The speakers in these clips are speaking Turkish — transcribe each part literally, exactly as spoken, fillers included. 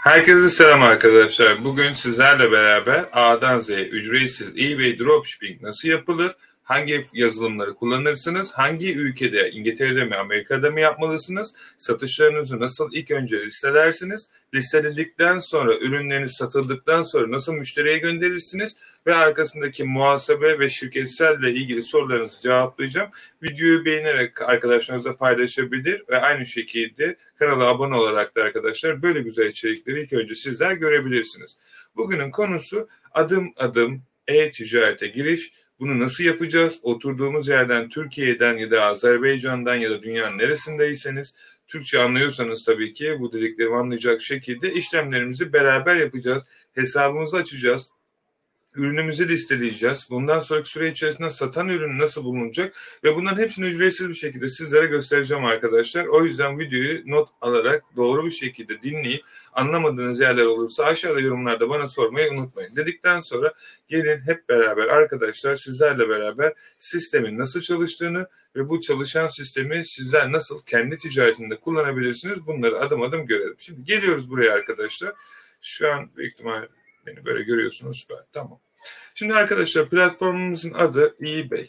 Herkese selam arkadaşlar. Bugün sizlerle beraber A'dan Z'ye ücretsiz eBay Dropshipping nasıl yapılır? Hangi yazılımları kullanırsınız? Hangi ülkede, İngiltere'de mi, Amerika'da mı yapmalısınız? Satışlarınızı nasıl ilk önce listelersiniz? Listeledikten sonra, ürünleriniz satıldıktan sonra nasıl müşteriye gönderirsiniz? Ve arkasındaki muhasebe ve şirketselle ilgili sorularınızı cevaplayacağım. Videoyu beğenerek arkadaşlarınızla paylaşabilir ve aynı şekilde kanala abone olarak da arkadaşlar böyle güzel içerikleri ilk önce sizler görebilirsiniz. Bugünün konusu adım adım e-ticarete giriş. Bunu nasıl yapacağız? Oturduğumuz yerden, Türkiye'den ya da Azerbaycan'dan ya da dünyanın neresindeyseniz, Türkçe anlıyorsanız tabii ki bu dediklerimi anlayacak şekilde işlemlerimizi beraber yapacağız. Hesabımızı açacağız. Ürünümüzü listeleyeceğiz. Bundan sonraki süre içerisinde satan ürün nasıl bulunacak ve bunların hepsini ücretsiz bir şekilde sizlere göstereceğim arkadaşlar. O yüzden videoyu not alarak doğru bir şekilde dinleyip anlamadığınız yerler olursa aşağıda yorumlarda bana sormayı unutmayın. Dedikten sonra gelin hep beraber arkadaşlar sizlerle beraber sistemin nasıl çalıştığını ve bu çalışan sistemi sizler nasıl kendi ticaretinde kullanabilirsiniz bunları adım adım görelim. Şimdi geliyoruz buraya arkadaşlar. Şu an büyük ihtimal beni böyle görüyorsunuz. Süper. Tamam. Şimdi arkadaşlar platformumuzun adı eBay.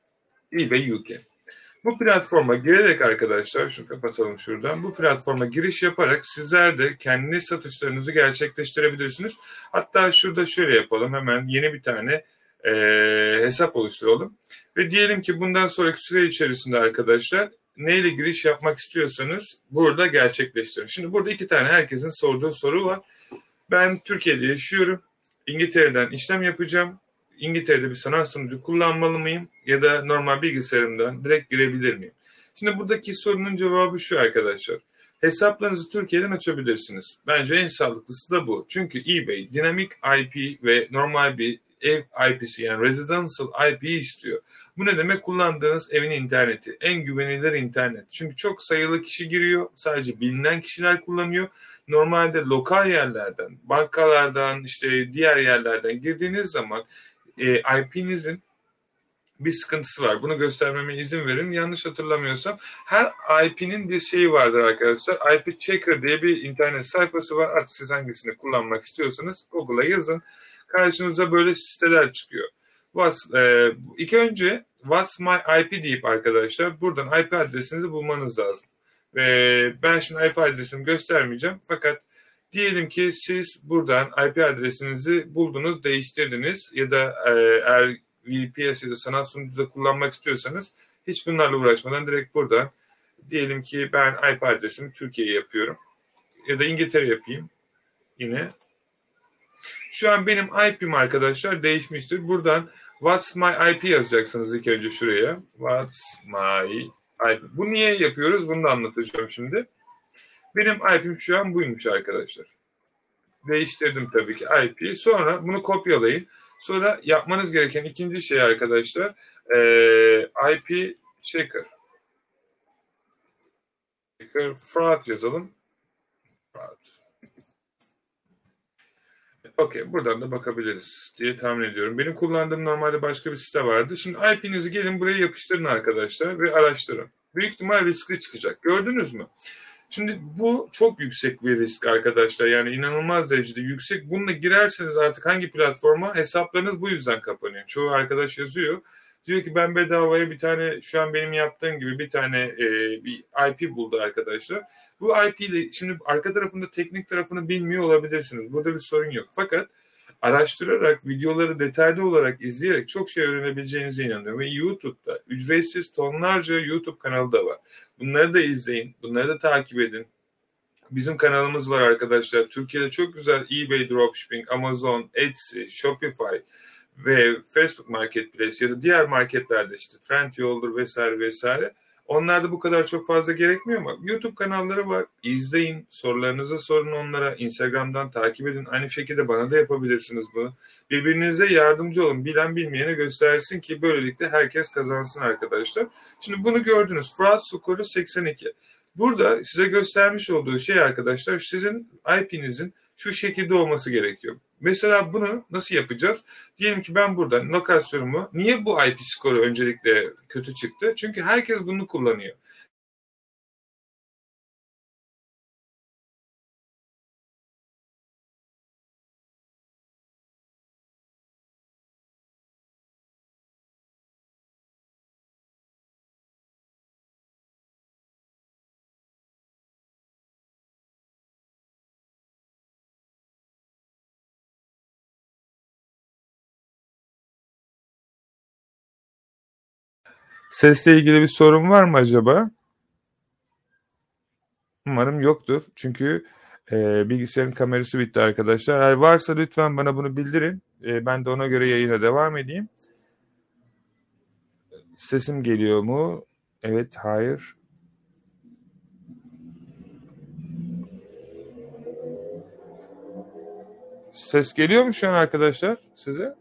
eBay U K. Bu platforma girerek arkadaşlar, şunu kapatalım şuradan. Bu platforma giriş yaparak sizler de kendi satışlarınızı gerçekleştirebilirsiniz. Hatta şurada şöyle yapalım. Hemen yeni bir tane e, hesap oluşturalım. Ve diyelim ki bundan sonraki süre içerisinde arkadaşlar neyle giriş yapmak istiyorsanız burada gerçekleştirin. Şimdi burada iki tane herkesin sorduğu soru var. Ben Türkiye'de yaşıyorum. İngiltere'den işlem yapacağım. İngiltere'de bir sanal sunucu kullanmalı mıyım? Ya da normal bilgisayarımdan direkt girebilir miyim? Şimdi buradaki sorunun cevabı şu arkadaşlar. Hesaplarınızı Türkiye'den açabilirsiniz. Bence en sağlıklısı da bu. Çünkü eBay dinamik I P ve normal bir ev I P'si yani residential I P'yi istiyor. Bu ne demek? Kullandığınız evin interneti. En güvenilir internet. Çünkü çok sayılı kişi giriyor. Sadece bilinen kişiler kullanıyor. Normalde lokal yerlerden, bankalardan, işte diğer yerlerden girdiğiniz zaman e, I P'nizin bir sıkıntısı var. Bunu göstermeme izin verin. Yanlış hatırlamıyorsam her I P'nin bir şeyi vardır arkadaşlar. I P Checker diye bir internet sayfası var. Artık siz hangisini kullanmak istiyorsanız Google'a yazın. Karşınıza böyle siteler çıkıyor. What's, e, ilk önce What's my I P deyip arkadaşlar buradan I P adresinizi bulmanız lazım. Ve ben şimdi I P adresimi göstermeyeceğim. Fakat diyelim ki siz buradan I P adresinizi buldunuz, değiştirdiniz ya da e, eğer V P S ya da sanal sunucuda kullanmak istiyorsanız hiç bunlarla uğraşmadan direkt buradan diyelim ki ben I P adresimi Türkiye'ye yapıyorum ya da İngiltere yapayım yine. Şu an benim I P'm arkadaşlar değişmiştir. Buradan What's my I P yazacaksınız ilk önce şuraya. What's my I P. Bu niye yapıyoruz? Bunu da anlatacağım şimdi. Benim I P'm şu an buymuş arkadaşlar. Değiştirdim tabii ki I P'yi. Sonra bunu kopyalayın. Sonra yapmanız gereken ikinci şey arkadaşlar ee, I P checker. checker fraud yazalım. Fraud. Okey, buradan da bakabiliriz diye tahmin ediyorum. Benim kullandığım normalde başka bir site vardı. Şimdi I P'nizi gelin buraya yapıştırın arkadaşlar ve araştırın. Büyük ihtimal riskli çıkacak. Gördünüz mü? Şimdi bu çok yüksek bir risk arkadaşlar. Yani inanılmaz derecede yüksek. Bununla girerseniz artık hangi platforma hesaplarınız bu yüzden kapanıyor. Çoğu arkadaş yazıyor. Diyor ki ben bedavaya bir tane şu an benim yaptığım gibi bir tane e, bir I P buldu arkadaşlar. Bu I P ile şimdi arka tarafında teknik tarafını bilmiyor olabilirsiniz. Burada bir sorun yok. Fakat araştırarak, videoları detaylı olarak izleyerek çok şey öğrenebileceğinize inanıyorum. Ve YouTube'da ücretsiz tonlarca YouTube kanalı da var. Bunları da izleyin, bunları da takip edin. Bizim kanalımız var arkadaşlar. Türkiye'de çok güzel eBay Dropshipping, Amazon, Etsy, Shopify ve Facebook Marketplace ya da diğer marketlerde işte Trendyol'dur vesaire vesaire. Onlarda bu kadar çok fazla gerekmiyor ama YouTube kanalları var. İzleyin, sorularınızı sorun onlara. Instagram'dan takip edin. Aynı şekilde bana da yapabilirsiniz bunu. Birbirinize yardımcı olun. Bilen bilmeyene göstersin ki böylelikle herkes kazansın arkadaşlar. Şimdi bunu gördünüz. Fraud skoru seksen iki. Burada size göstermiş olduğu şey arkadaşlar sizin I P'nizin şu şekilde olması gerekiyor. Mesela bunu nasıl yapacağız? Diyelim ki ben burada lokasyonumu, niye bu I P skoru öncelikle kötü çıktı? Çünkü herkes bunu kullanıyor. Sesle ilgili bir sorun var mı acaba? Umarım yoktur. Çünkü e, bilgisayarın kamerası bitti arkadaşlar. Eğer varsa lütfen bana bunu bildirin. E, ben de ona göre yayına devam edeyim. Sesim geliyor mu? Evet, hayır. Ses geliyor mu şu an arkadaşlar size?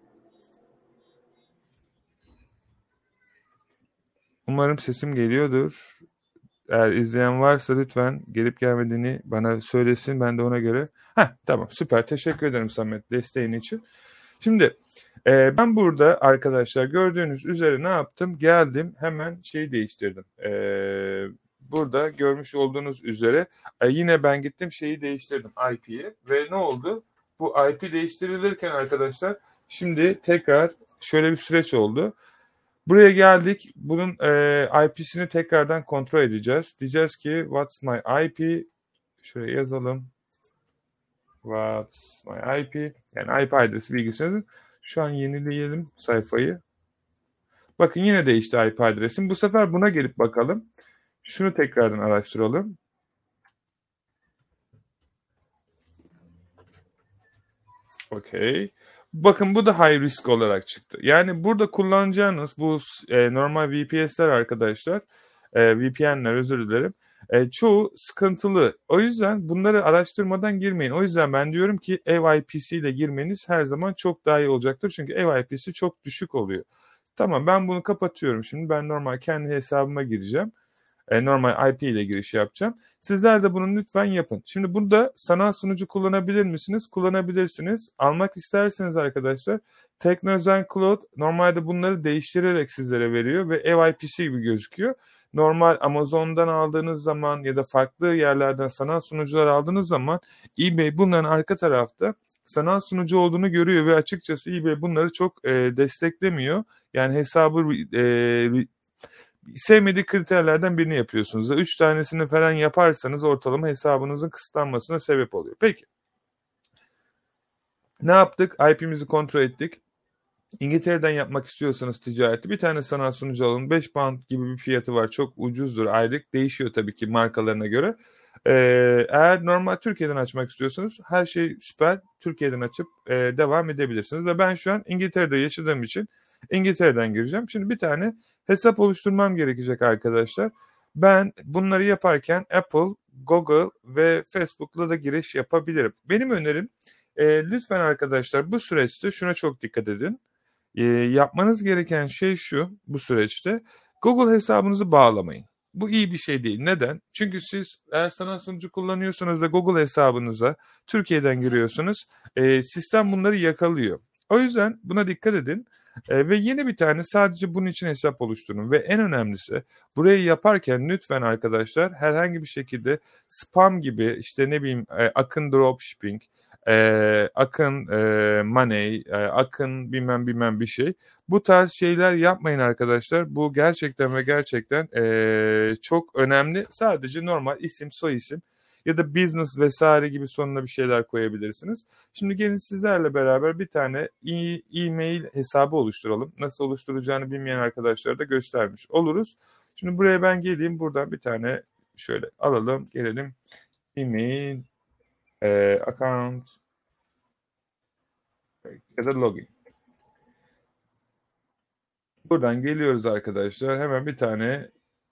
Umarım sesim geliyordur. Eğer izleyen varsa lütfen gelip gelmediğini bana söylesin. Ben de ona göre. Heh, tamam, süper. Teşekkür ederim Samet desteğin için. Şimdi e, ben burada arkadaşlar gördüğünüz üzere ne yaptım? Geldim hemen şeyi değiştirdim. E, burada görmüş olduğunuz üzere e, yine ben gittim şeyi değiştirdim I P'yi ve ne oldu? Bu I P değiştirilirken arkadaşlar şimdi tekrar şöyle bir süreç oldu. Buraya geldik. Bunun e, I P'sini tekrardan kontrol edeceğiz. Diyeceğiz ki what's my I P? Şuraya yazalım. What's my I P? Yani I P adresi bilgisayarın. Şu an yenileyelim sayfayı. Bakın yine değişti I P adresim. Bu sefer buna gelip bakalım. Şunu tekrardan araştıralım. Okey. Bakın bu da high risk olarak çıktı. Yani burada kullanacağınız bu e, normal V P S'ler arkadaşlar, e, V P N'ler özür dilerim, e, çoğu sıkıntılı. O yüzden bunları araştırmadan girmeyin. O yüzden ben diyorum ki ev I P'si ile girmeniz her zaman çok daha iyi olacaktır. Çünkü ev I P'si çok düşük oluyor. Tamam, ben bunu kapatıyorum şimdi. Ben normal kendi hesabıma gireceğim. E, normal I P ile giriş yapacağım. Sizler de bunu lütfen yapın. Şimdi burada sanal sunucu kullanabilir misiniz? Kullanabilirsiniz. Almak isterseniz arkadaşlar Teknozen Cloud normalde bunları değiştirerek sizlere veriyor ve ev I P'si gibi gözüküyor. Normal Amazon'dan aldığınız zaman ya da farklı yerlerden sanal sunucular aldığınız zaman eBay bunların arka tarafta sanal sunucu olduğunu görüyor ve açıkçası eBay bunları çok e, desteklemiyor. Yani hesabı e, sevmediği kriterlerden birini yapıyorsunuz. Üç tanesini falan yaparsanız ortalama hesabınızın kısıtlanmasına sebep oluyor. Peki. Ne yaptık? I P'mizi kontrol ettik. İngiltere'den yapmak istiyorsanız ticareti bir tane sanal sunucu alın. beş pound gibi bir fiyatı var. Çok ucuzdur aylık. Değişiyor tabii ki markalarına göre. Ee, eğer normal Türkiye'den açmak istiyorsanız her şey süper. Türkiye'den açıp e, devam edebilirsiniz. Ve ben şu an İngiltere'de yaşadığım için İngiltere'den gireceğim. Şimdi bir tane hesap oluşturmam gerekecek arkadaşlar. Ben bunları yaparken Apple, Google ve Facebook'la da giriş yapabilirim. Benim önerim e, lütfen arkadaşlar bu süreçte şuna çok dikkat edin. E, yapmanız gereken şey şu bu süreçte Google hesabınızı bağlamayın. Bu iyi bir şey değil. Neden? Çünkü siz eğer sanal sunucu kullanıyorsanız da Google hesabınıza Türkiye'den giriyorsunuz. E, sistem bunları yakalıyor. O yüzden buna dikkat edin. E, ve yeni bir tane sadece bunun için hesap oluşturun. Ve en önemlisi burayı yaparken lütfen arkadaşlar herhangi bir şekilde spam gibi işte ne bileyim e, Akın Dropshipping, e, Akın e, Money, e, Akın bilmem bilmem bir şey. Bu tarz şeyler yapmayın arkadaşlar. Bu gerçekten ve gerçekten e, çok önemli. Sadece normal isim, soy isim ya da business vesaire gibi sonuna bir şeyler koyabilirsiniz. Şimdi gelin sizlerle beraber bir tane e- e-mail hesabı oluşturalım. Nasıl oluşturacağını bilmeyen arkadaşlara da göstermiş oluruz. Şimdi buraya ben geleyim. Buradan bir tane şöyle alalım. Gelelim. E-mail, e, account ya da login. Buradan geliyoruz arkadaşlar. Hemen bir tane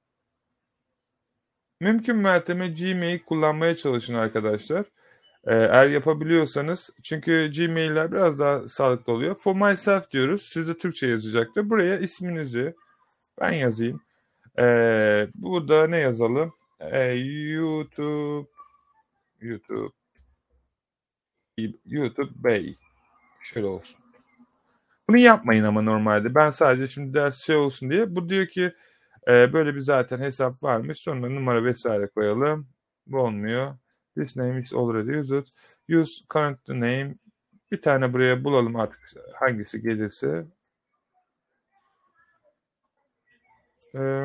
mümkün mertebe Gmail kullanmaya çalışın arkadaşlar. Ee, eğer yapabiliyorsanız. Çünkü Gmail'ler biraz daha sağlıklı oluyor. For myself diyoruz. Size Türkçe yazacaktır. Buraya isminizi ben yazayım. Ee, burada ne yazalım? Ee, YouTube YouTube YouTube Bey. Şöyle olsun. Bunu yapmayın ama normalde. Ben sadece şimdi ders şey olsun diye. Bu diyor ki e, böyle bir zaten hesap varmış. Sonra numara vesaire koyalım. Bu olmuyor. This name is already used. Use current name. Bir tane buraya bulalım artık hangisi gelirse. Ee,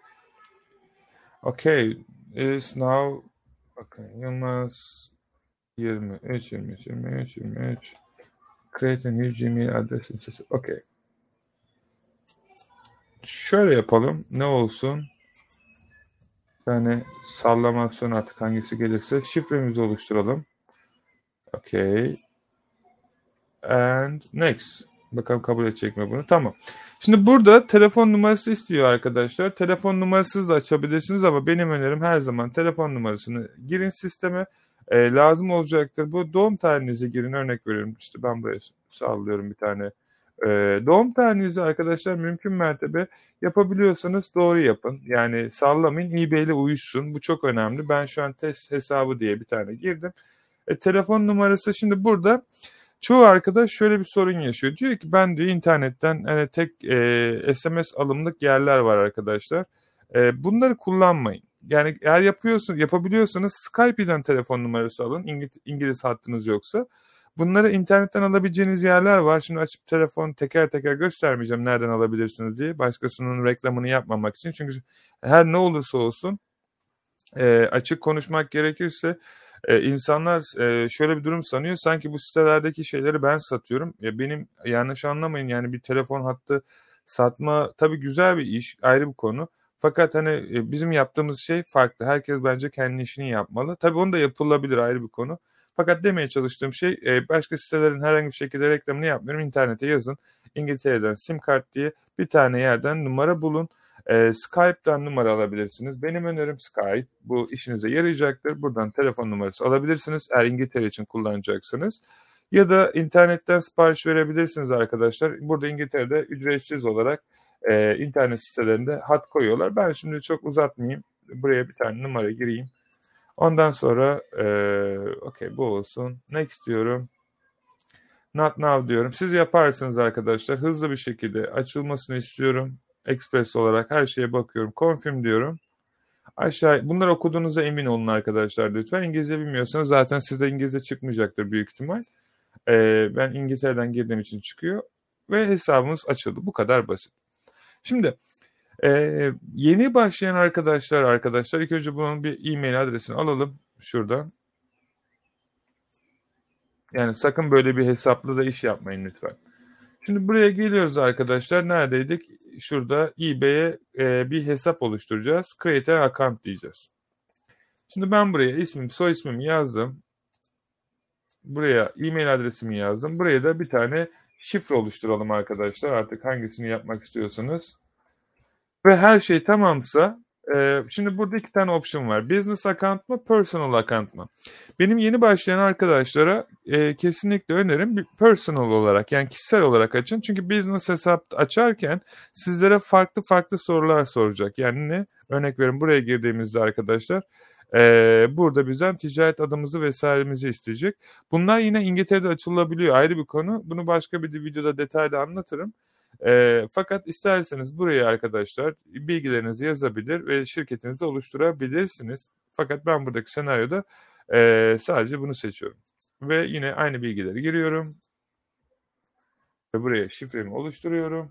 okay. Is now okay. Yılmaz yirmi üç yirmi üç yirmi üç yirmi üç. Create a new Gmail address. Okay. Şöyle yapalım. Ne olsun? Yani sallamasyon artık hangisi gelirse. Şifremizi oluşturalım. Okay. And next. Bakalım kabul edecek mi bunu? Tamam. Şimdi burada telefon numarası istiyor arkadaşlar. Telefon numarasız da açabilirsiniz ama benim önerim her zaman telefon numarasını girin sisteme. E, lazım olacaktır. Bu doğum tarihinizi girin. Örnek veriyorum. İşte ben buraya sallıyorum bir tane. E, doğum tarihinizi arkadaşlar mümkün mertebe yapabiliyorsanız doğru yapın. Yani sallamayın. eBay ile uyuşsun. Bu çok önemli. Ben şu an test hesabı diye bir tane girdim. E, telefon numarası şimdi burada çoğu arkadaş şöyle bir sorun yaşıyor. Diyor ki ben diyor internetten hani tek e, S M S alımlık yerler var arkadaşlar. E, bunları kullanmayın. Yani eğer yapıyorsun, yapabiliyorsanız Skype'den telefon numarası alın. İngiliz, İngiliz hattınız yoksa. Bunları internetten alabileceğiniz yerler var. Şimdi açıp telefon teker teker göstermeyeceğim nereden alabilirsiniz diye. Başkasının reklamını yapmamak için. Çünkü her ne olursa olsun e, açık konuşmak gerekirse Ee, insanlar e, şöyle bir durum sanıyor. Sanki bu sitelerdeki şeyleri ben satıyorum. Ya benim yanlış anlamayın yani bir telefon hattı satma tabii güzel bir iş, ayrı bir konu. Fakat hani e, bizim yaptığımız şey farklı. Herkes bence kendi işini yapmalı. Tabii onu da yapılabilir ayrı bir konu. Fakat demeye çalıştığım şey e, başka sitelerin herhangi bir şekilde reklamını yapmıyorum. İnternete yazın. İngiltere'den sim kart diye bir tane yerden numara bulun. E, Skype'dan numara alabilirsiniz. Benim önerim Skype. Bu işinize yarayacaktır. Buradan telefon numarası alabilirsiniz eğer İngiltere için kullanacaksınız. Ya da internetten sipariş verebilirsiniz arkadaşlar. Burada İngiltere'de ücretsiz olarak e, internet sitelerinde hat koyuyorlar. Ben şimdi çok uzatmayayım. Buraya bir tane numara gireyim. Ondan sonra e, okey bu olsun. Next diyorum. Not now diyorum. Siz yaparsınız arkadaşlar. Hızlı bir şekilde açılmasını istiyorum. Express olarak her şeye bakıyorum. Confirm diyorum. Aşağı bunları okuduğunuza emin olun arkadaşlar lütfen. İngilizce bilmiyorsanız zaten size İngilizce çıkmayacaktır büyük ihtimal. Ee, ben İngiltere'den girdiğim için çıkıyor. Ve hesabımız açıldı. Bu kadar basit. Şimdi e, yeni başlayan arkadaşlar arkadaşlar ilk önce bunun bir e-mail adresini alalım şuradan. Yani sakın böyle bir hesaplı da iş yapmayın lütfen. Şimdi buraya geliyoruz arkadaşlar. Neredeydik? Şurada eBay'e e, bir hesap oluşturacağız. Create an account diyeceğiz. Şimdi ben buraya ismim, soy ismimi yazdım. Buraya e-mail adresimi yazdım. Buraya da bir tane şifre oluşturalım arkadaşlar. Artık hangisini yapmak istiyorsanız. Ve her şey tamamsa e, şimdi burada iki tane option var. Business account mı, personal account mı? Benim yeni başlayan arkadaşlara e, kesinlikle önerim bir personal olarak yani kişisel olarak açın. Çünkü business hesap açarken sizlere farklı farklı sorular soracak. Yani ne? Örnek verin buraya girdiğimizde arkadaşlar e, burada bizden ticaret adımızı vesairemizi isteyecek. Bunlar yine İngiltere'de açılabiliyor ayrı bir konu. Bunu başka bir videoda detaylı anlatırım. E, fakat isterseniz buraya arkadaşlar bilgilerinizi yazabilir ve şirketinizi oluşturabilirsiniz. Fakat ben buradaki senaryoda e, sadece bunu seçiyorum. Ve yine aynı bilgileri giriyorum. Ve buraya şifremi oluşturuyorum.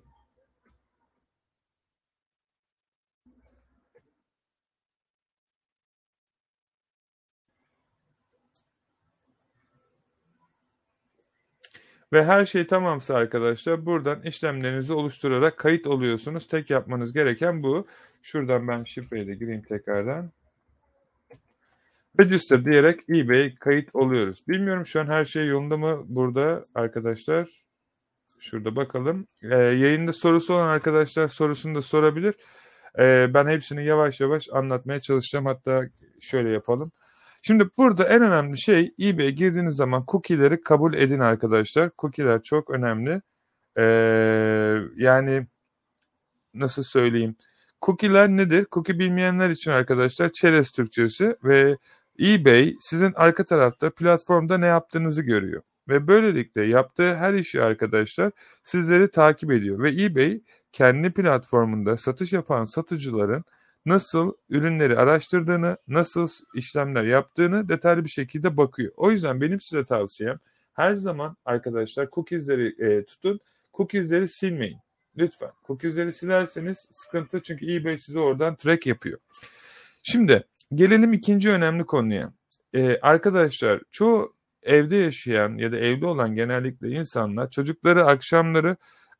Ve her şey tamamsa arkadaşlar buradan işlemlerinizi oluşturarak kayıt oluyorsunuz. Tek yapmanız gereken bu. Şuradan ben şifreyi de gireyim tekrardan. Register diyerek eBay kayıt oluyoruz. Bilmiyorum şu an her şey yolunda mı burada arkadaşlar. Şurada bakalım. Ee, yayında sorusu olan arkadaşlar sorusunu da sorabilir. Ee, ben hepsini yavaş yavaş anlatmaya çalışacağım. Hatta şöyle yapalım. Şimdi burada en önemli şey eBay'e girdiğiniz zaman cookie'leri kabul edin arkadaşlar. Cookie'ler çok önemli. Ee, yani nasıl söyleyeyim? Cookie'ler nedir? Cookie bilmeyenler için arkadaşlar çerez Türkçesi ve eBay sizin arka tarafta platformda ne yaptığınızı görüyor. Ve böylelikle yaptığı her işi arkadaşlar sizleri takip ediyor. Ve eBay kendi platformunda satış yapan satıcıların nasıl ürünleri araştırdığını, nasıl işlemler yaptığını detaylı bir şekilde bakıyor. O yüzden benim size tavsiyem her zaman arkadaşlar cookies'leri e, tutun, cookies'leri silmeyin. Lütfen. Cookies'leri silerseniz sıkıntı çünkü eBay size oradan track yapıyor. Şimdi gelelim ikinci önemli konuya. Ee, arkadaşlar çoğu evde yaşayan ya da evde olan genellikle insanlar çocukları akşamları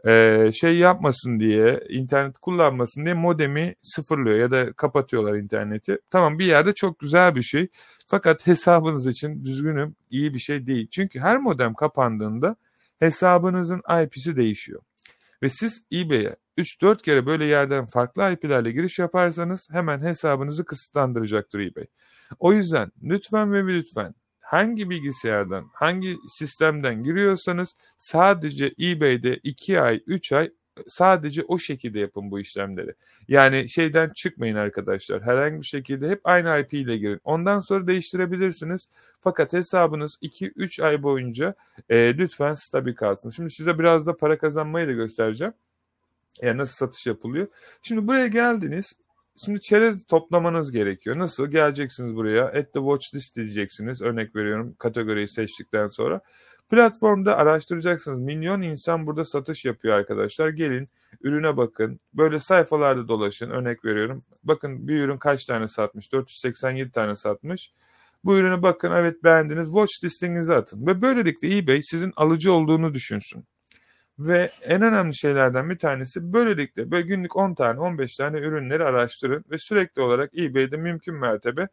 e, şey yapmasın diye, internet kullanmasın diye modemi sıfırlıyor ya da kapatıyorlar interneti. Tamam, bir yerde çok güzel bir şey. Fakat hesabınız için düzgünüm iyi bir şey değil. Çünkü her modem kapandığında hesabınızın I P'si değişiyor. Ve siz eBay'e üç dört kere böyle yerden farklı I P'lerle giriş yaparsanız hemen hesabınızı kısıtlandıracaktır eBay. O yüzden lütfen ve lütfen hangi bilgisayardan, hangi sistemden giriyorsanız sadece eBay'de iki ay, üç ay sadece o şekilde yapın bu işlemleri. Yani şeyden çıkmayın arkadaşlar. Herhangi bir şekilde hep aynı I P ile girin. Ondan sonra değiştirebilirsiniz. Fakat hesabınız iki üç ay boyunca e, lütfen stabil kalsın. Şimdi size biraz da para kazanmayı da göstereceğim. Yani nasıl satış yapılıyor. Şimdi buraya geldiniz. Şimdi çerez toplamanız gerekiyor. Nasıl? Geleceksiniz buraya. Add the watch list diyeceksiniz. Örnek veriyorum kategoriyi seçtikten sonra. Platformda araştıracaksınız. Milyon insan burada satış yapıyor arkadaşlar. Gelin ürüne bakın. Böyle sayfalarda dolaşın. Örnek veriyorum. Bakın bir ürün kaç tane satmış? dört yüz seksen yedi tane satmış. Bu ürüne bakın. Evet beğendiniz. Watch listinizi atın. Ve böylelikle eBay sizin alıcı olduğunu düşünsün. Ve en önemli şeylerden bir tanesi böylelikle böyle günlük on tane on beş tane ürünleri araştırın ve sürekli olarak eBay'de mümkün mertebe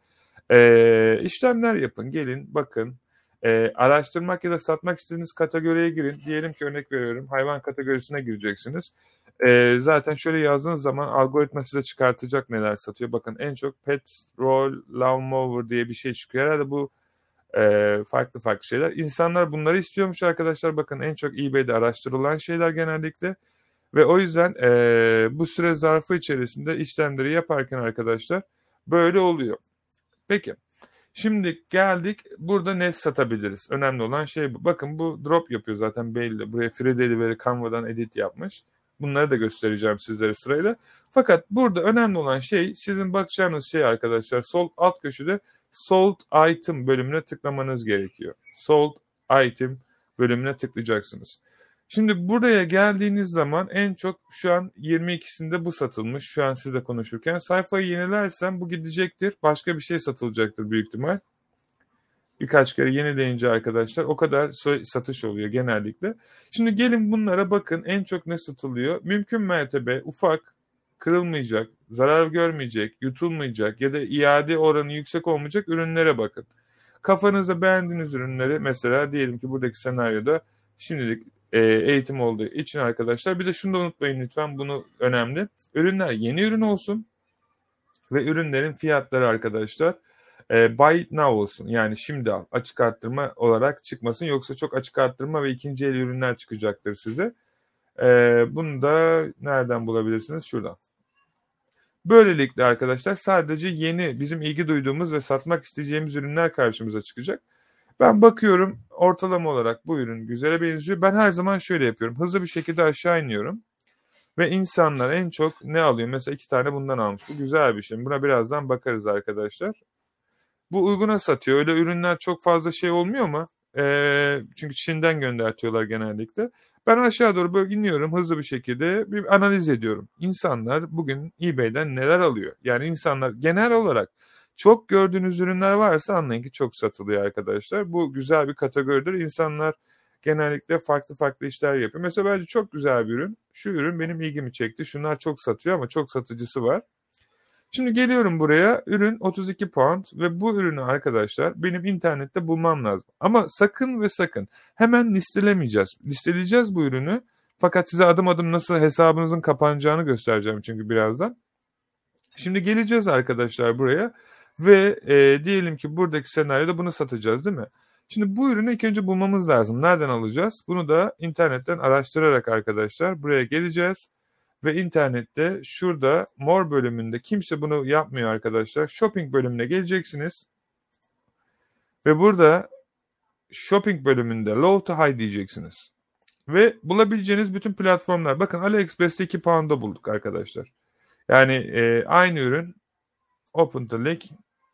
e, işlemler yapın. Gelin bakın e, araştırmak ya da satmak istediğiniz kategoriye girin. Diyelim ki örnek veriyorum hayvan kategorisine gireceksiniz. E, zaten şöyle yazdığınız zaman algoritma size çıkartacak neler satıyor. Bakın en çok pet, roll, lawnmower diye bir şey çıkıyor. Herhalde bu e, farklı farklı şeyler. İnsanlar bunları istiyormuş arkadaşlar. Bakın en çok eBay'de araştırılan şeyler genellikle. Ve o yüzden e, bu süre zarfı içerisinde işlemleri yaparken arkadaşlar böyle oluyor. Peki. Şimdi geldik. Burada ne satabiliriz? Önemli olan şey bu. Bakın bu drop yapıyor zaten belli. Buraya Free Delivery Canva'dan edit yapmış. Bunları da göstereceğim sizlere sırayla. Fakat burada önemli olan şey sizin bakacağınız şey arkadaşlar. Sol alt köşede Sold Item bölümüne tıklamanız gerekiyor. Sold Item bölümüne tıklayacaksınız. Şimdi buraya geldiğiniz zaman en çok şu an yirmi ikisinde bu satılmış. Şu an sizle konuşurken. Sayfayı yenilersem bu gidecektir. Başka bir şey satılacaktır büyük ihtimal. Birkaç kere yenileyince arkadaşlar o kadar satış oluyor genellikle. Şimdi gelin bunlara bakın en çok ne satılıyor. Mümkün mertebe ufak, kırılmayacak, zarar görmeyecek, yutulmayacak ya da iade oranı yüksek olmayacak ürünlere bakın. Kafanızda beğendiğiniz ürünleri mesela diyelim ki buradaki senaryoda şimdilik e, eğitim olduğu için arkadaşlar bir de şunu da unutmayın lütfen bunu önemli. Ürünler yeni ürün olsun ve ürünlerin fiyatları arkadaşlar e, buy it now olsun. Yani şimdi al açık arttırma olarak çıkmasın yoksa çok açık arttırma ve ikinci el ürünler çıkacaktır size. E, bunu da nereden bulabilirsiniz? Şuradan. Böylelikle arkadaşlar sadece yeni bizim ilgi duyduğumuz ve satmak isteyeceğimiz ürünler karşımıza çıkacak. Ben bakıyorum ortalama olarak bu ürün güzele benziyor. Ben her zaman şöyle yapıyorum. Hızlı bir şekilde aşağı iniyorum. Ve insanlar en çok ne alıyor? Mesela iki tane bundan almış. Bu güzel bir şey. Buna birazdan bakarız arkadaşlar. Bu uyguna satıyor. Öyle ürünler çok fazla şey olmuyor mu? Ee, çünkü Çin'den göndertiyorlar genellikle. Ben aşağı doğru böyle iniyorum hızlı bir şekilde bir analiz ediyorum. İnsanlar bugün eBay'den neler alıyor? Yani insanlar genel olarak çok gördüğünüz ürünler varsa anlayın ki çok satılıyor arkadaşlar. Bu güzel bir kategoridir. İnsanlar genellikle farklı farklı işler yapıyor. Mesela bence çok güzel bir ürün. Şu ürün benim ilgimi çekti. Şunlar çok satıyor ama çok satıcısı var. Şimdi geliyorum buraya. Ürün otuz iki pound ve bu ürünü arkadaşlar benim internette bulmam lazım. Ama sakın ve sakın hemen listelemeyeceğiz. Listeleyeceğiz bu ürünü. Fakat size adım adım nasıl hesabınızın kapanacağını göstereceğim çünkü birazdan. Şimdi geleceğiz arkadaşlar buraya ve e, diyelim ki buradaki senaryoda bunu satacağız değil mi? Şimdi bu ürünü ilk önce bulmamız lazım. Nereden alacağız? Bunu da internetten araştırarak arkadaşlar buraya geleceğiz. Ve internette şurada More bölümünde kimse bunu yapmıyor arkadaşlar. Shopping bölümüne geleceksiniz. Ve burada Shopping bölümünde Low to High diyeceksiniz. Ve bulabileceğiniz bütün platformlar. Bakın AliExpress'te iki pound'a bulduk arkadaşlar. Yani e, aynı ürün Open to Link.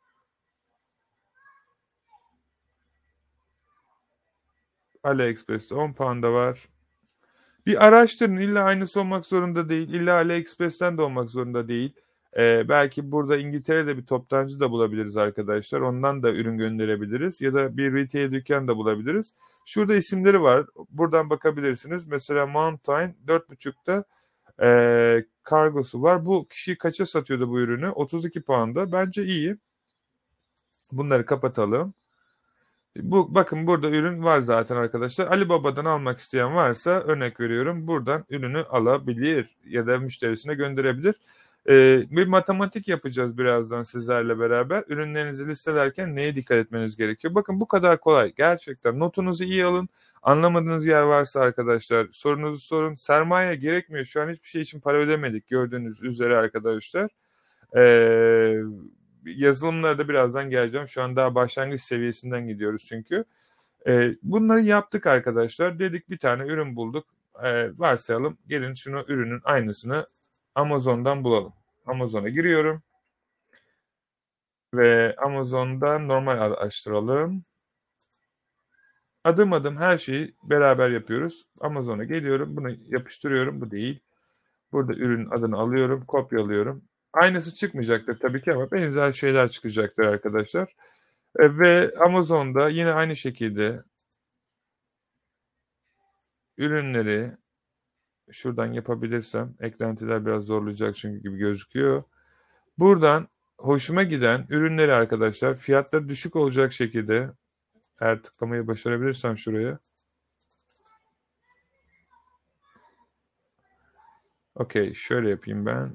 AliExpress'te on pound'a var. Bir araştırın. İlla aynısı olmak zorunda değil. İlla AliExpress'ten de olmak zorunda değil. Ee, belki burada İngiltere'de bir toptancı da bulabiliriz arkadaşlar. Ondan da ürün gönderebiliriz. Ya da bir retail dükkan da bulabiliriz. Şurada isimleri var. Buradan bakabilirsiniz. Mesela Mountain dört buçukta e, kargosu var. Bu kişi kaça satıyordu bu ürünü? otuz iki pound'a. Bence iyi. Bunları kapatalım. Bu bakın burada ürün var zaten arkadaşlar. Alibaba'dan almak isteyen varsa örnek veriyorum buradan ürünü alabilir ya da müşterisine gönderebilir. Ee, bir matematik yapacağız birazdan sizlerle beraber. Ürünlerinizi listelerken neye dikkat etmeniz gerekiyor? Bakın bu kadar kolay. Gerçekten notunuzu iyi alın. Anlamadığınız yer varsa arkadaşlar sorunuzu sorun. Sermaye gerekmiyor. Şu an hiçbir şey için para ödemedik gördüğünüz üzere arkadaşlar. Ee, yazılımlara da birazdan geleceğim. Şu an daha başlangıç seviyesinden gidiyoruz çünkü. Ee, bunları yaptık arkadaşlar. Dedik bir tane ürün bulduk. Ee, varsayalım. Gelin şunu ürünün aynısını Amazon'dan bulalım. Amazon'a giriyorum. Ve Amazon'dan normal araştıralım. Adım adım her şeyi beraber yapıyoruz. Amazon'a geliyorum. Bunu yapıştırıyorum. Bu değil. Burada ürün adını alıyorum. Kopyalıyorum. Aynısı çıkmayacaktır tabii ki ama benzer şeyler çıkacaktır arkadaşlar. E, ve Amazon'da yine aynı şekilde ürünleri şuradan yapabilirsem, eklentiler biraz zorlayacak çünkü gibi gözüküyor. Buradan hoşuma giden ürünleri arkadaşlar fiyatları düşük olacak şekilde eğer tıklamayı başarabilirsem şuraya. Okey, şöyle yapayım ben.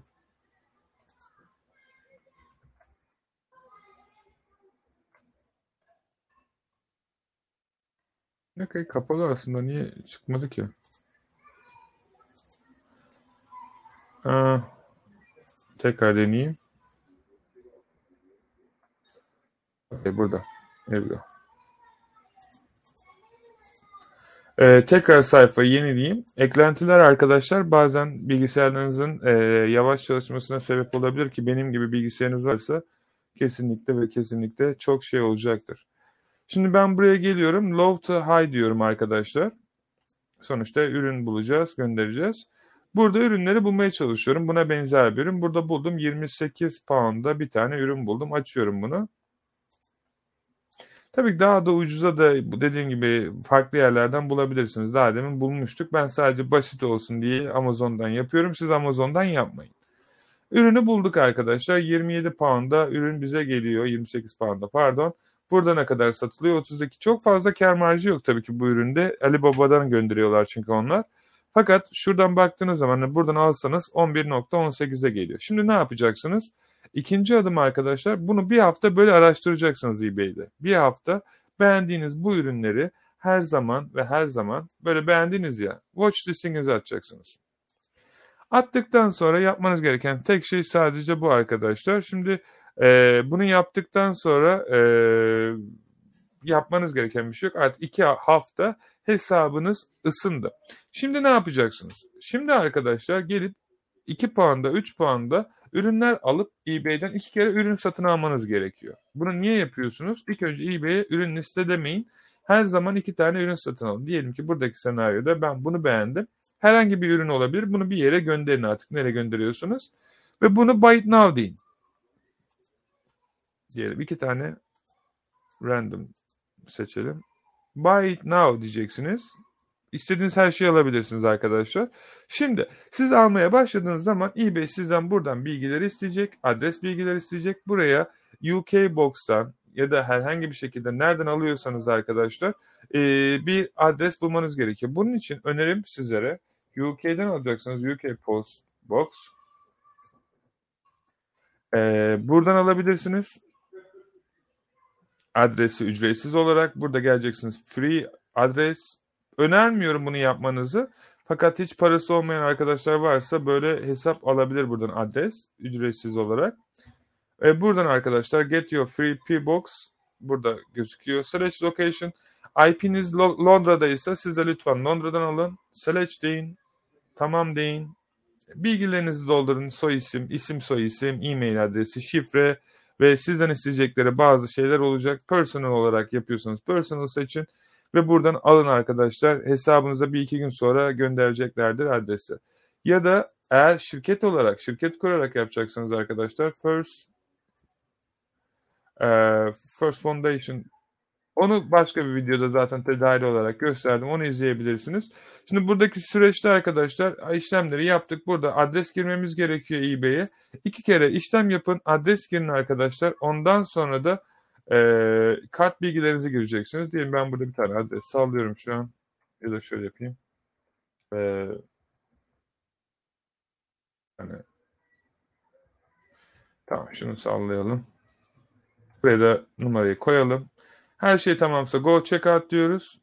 Okey, kapalı aslında. Niye çıkmadı ki? Aa, tekrar deneyeyim. Okey, burada. Here we go. Ee, tekrar sayfayı yenileyeyim. Eklentiler arkadaşlar bazen bilgisayarınızın e, yavaş çalışmasına sebep olabilir ki benim gibi bilgisayarınız varsa kesinlikle ve kesinlikle çok şey olacaktır. Şimdi ben buraya geliyorum. Low to high diyorum arkadaşlar. Sonuçta ürün bulacağız, göndereceğiz. Burada ürünleri bulmaya çalışıyorum. Buna benzer bir ürün. Burada buldum. yirmi sekiz pound'a bir tane ürün buldum. Açıyorum bunu. Tabii daha da ucuza da dediğim gibi farklı yerlerden bulabilirsiniz. Daha demin bulmuştuk. Ben sadece basit olsun diye Amazon'dan yapıyorum. Siz Amazon'dan yapmayın. Ürünü bulduk arkadaşlar. yirmi yedi pound'a ürün bize geliyor. yirmi sekiz pound'a pardon. Burada ne kadar satılıyor? otuz iki. Çok fazla kar marjı yok tabii ki bu üründe. Alibaba'dan gönderiyorlar çünkü onlar. Fakat şuradan baktığınız zaman buradan alsanız on bir nokta on sekize geliyor. Şimdi ne yapacaksınız? İkinci adım arkadaşlar bunu bir hafta böyle araştıracaksınız eBay'de. Bir hafta beğendiğiniz bu ürünleri her zaman ve her zaman böyle beğendiniz ya watch listinize atacaksınız. Attıktan sonra yapmanız gereken tek şey sadece bu arkadaşlar. Şimdi e, bunu yaptıktan sonra e, yapmanız gereken bir şey yok. Artık iki hafta hesabınız ısındı. Şimdi ne yapacaksınız? Şimdi arkadaşlar gelip iki puanda, üç puanda ürünler alıp eBay'den iki kere ürün satın almanız gerekiyor. Bunu niye yapıyorsunuz? İlk önce eBay'e ürün listelemeyin. Her zaman iki tane ürün satın alın. Diyelim ki buradaki senaryoda ben bunu beğendim. Herhangi bir ürün olabilir. Bunu bir yere gönderin artık. Nereye gönderiyorsunuz? Ve bunu buy it now deyin. Diyelim iki tane random seçelim. Buy it now diyeceksiniz. İstediğiniz her şeyi alabilirsiniz arkadaşlar. Şimdi siz almaya başladığınız zaman eBay sizden buradan bilgileri isteyecek. Adres bilgileri isteyecek. Buraya U K Box'tan ya da herhangi bir şekilde nereden alıyorsanız arkadaşlar bir adres bulmanız gerekiyor. Bunun için önerim sizlere U K'den alacaksınız. U K Post Box. Ee, buradan alabilirsiniz. Adresi ücretsiz olarak. Burada geleceksiniz. Free adres. Önermiyorum bunu yapmanızı. Fakat hiç parası olmayan arkadaşlar varsa böyle hesap alabilir buradan adres. Ücretsiz olarak. Ee, buradan arkadaşlar get your free P box. Burada gözüküyor. Slash location. I P'niz Londra'daysa siz de lütfen Londra'dan alın. Slash deyin. Tamam deyin. Bilgilerinizi doldurun. Soy isim, isim soy isim, e-mail adresi, şifre ve sizden isteyecekleri bazı şeyler olacak. Personal olarak yapıyorsanız personal seçin ve buradan alın arkadaşlar. Hesabınıza bir iki gün sonra göndereceklerdir adresi. Ya da Eğer şirket olarak, şirket kurarak yapacaksanız arkadaşlar First e, First Foundation, onu başka bir videoda zaten detaylı olarak gösterdim. Onu izleyebilirsiniz. Şimdi buradaki süreçte arkadaşlar işlemleri yaptık. Burada adres girmemiz gerekiyor eBay'e. İki kere işlem yapın. Adres girin arkadaşlar. Ondan sonra da e, kart bilgilerinizi gireceksiniz. Diyelim ben burada bir tane adres sallıyorum şu an. Ya da şöyle yapayım. E, hani, tamam, şunu sallayalım. Buraya da numarayı koyalım. Her şey tamamsa Go Checkout diyoruz.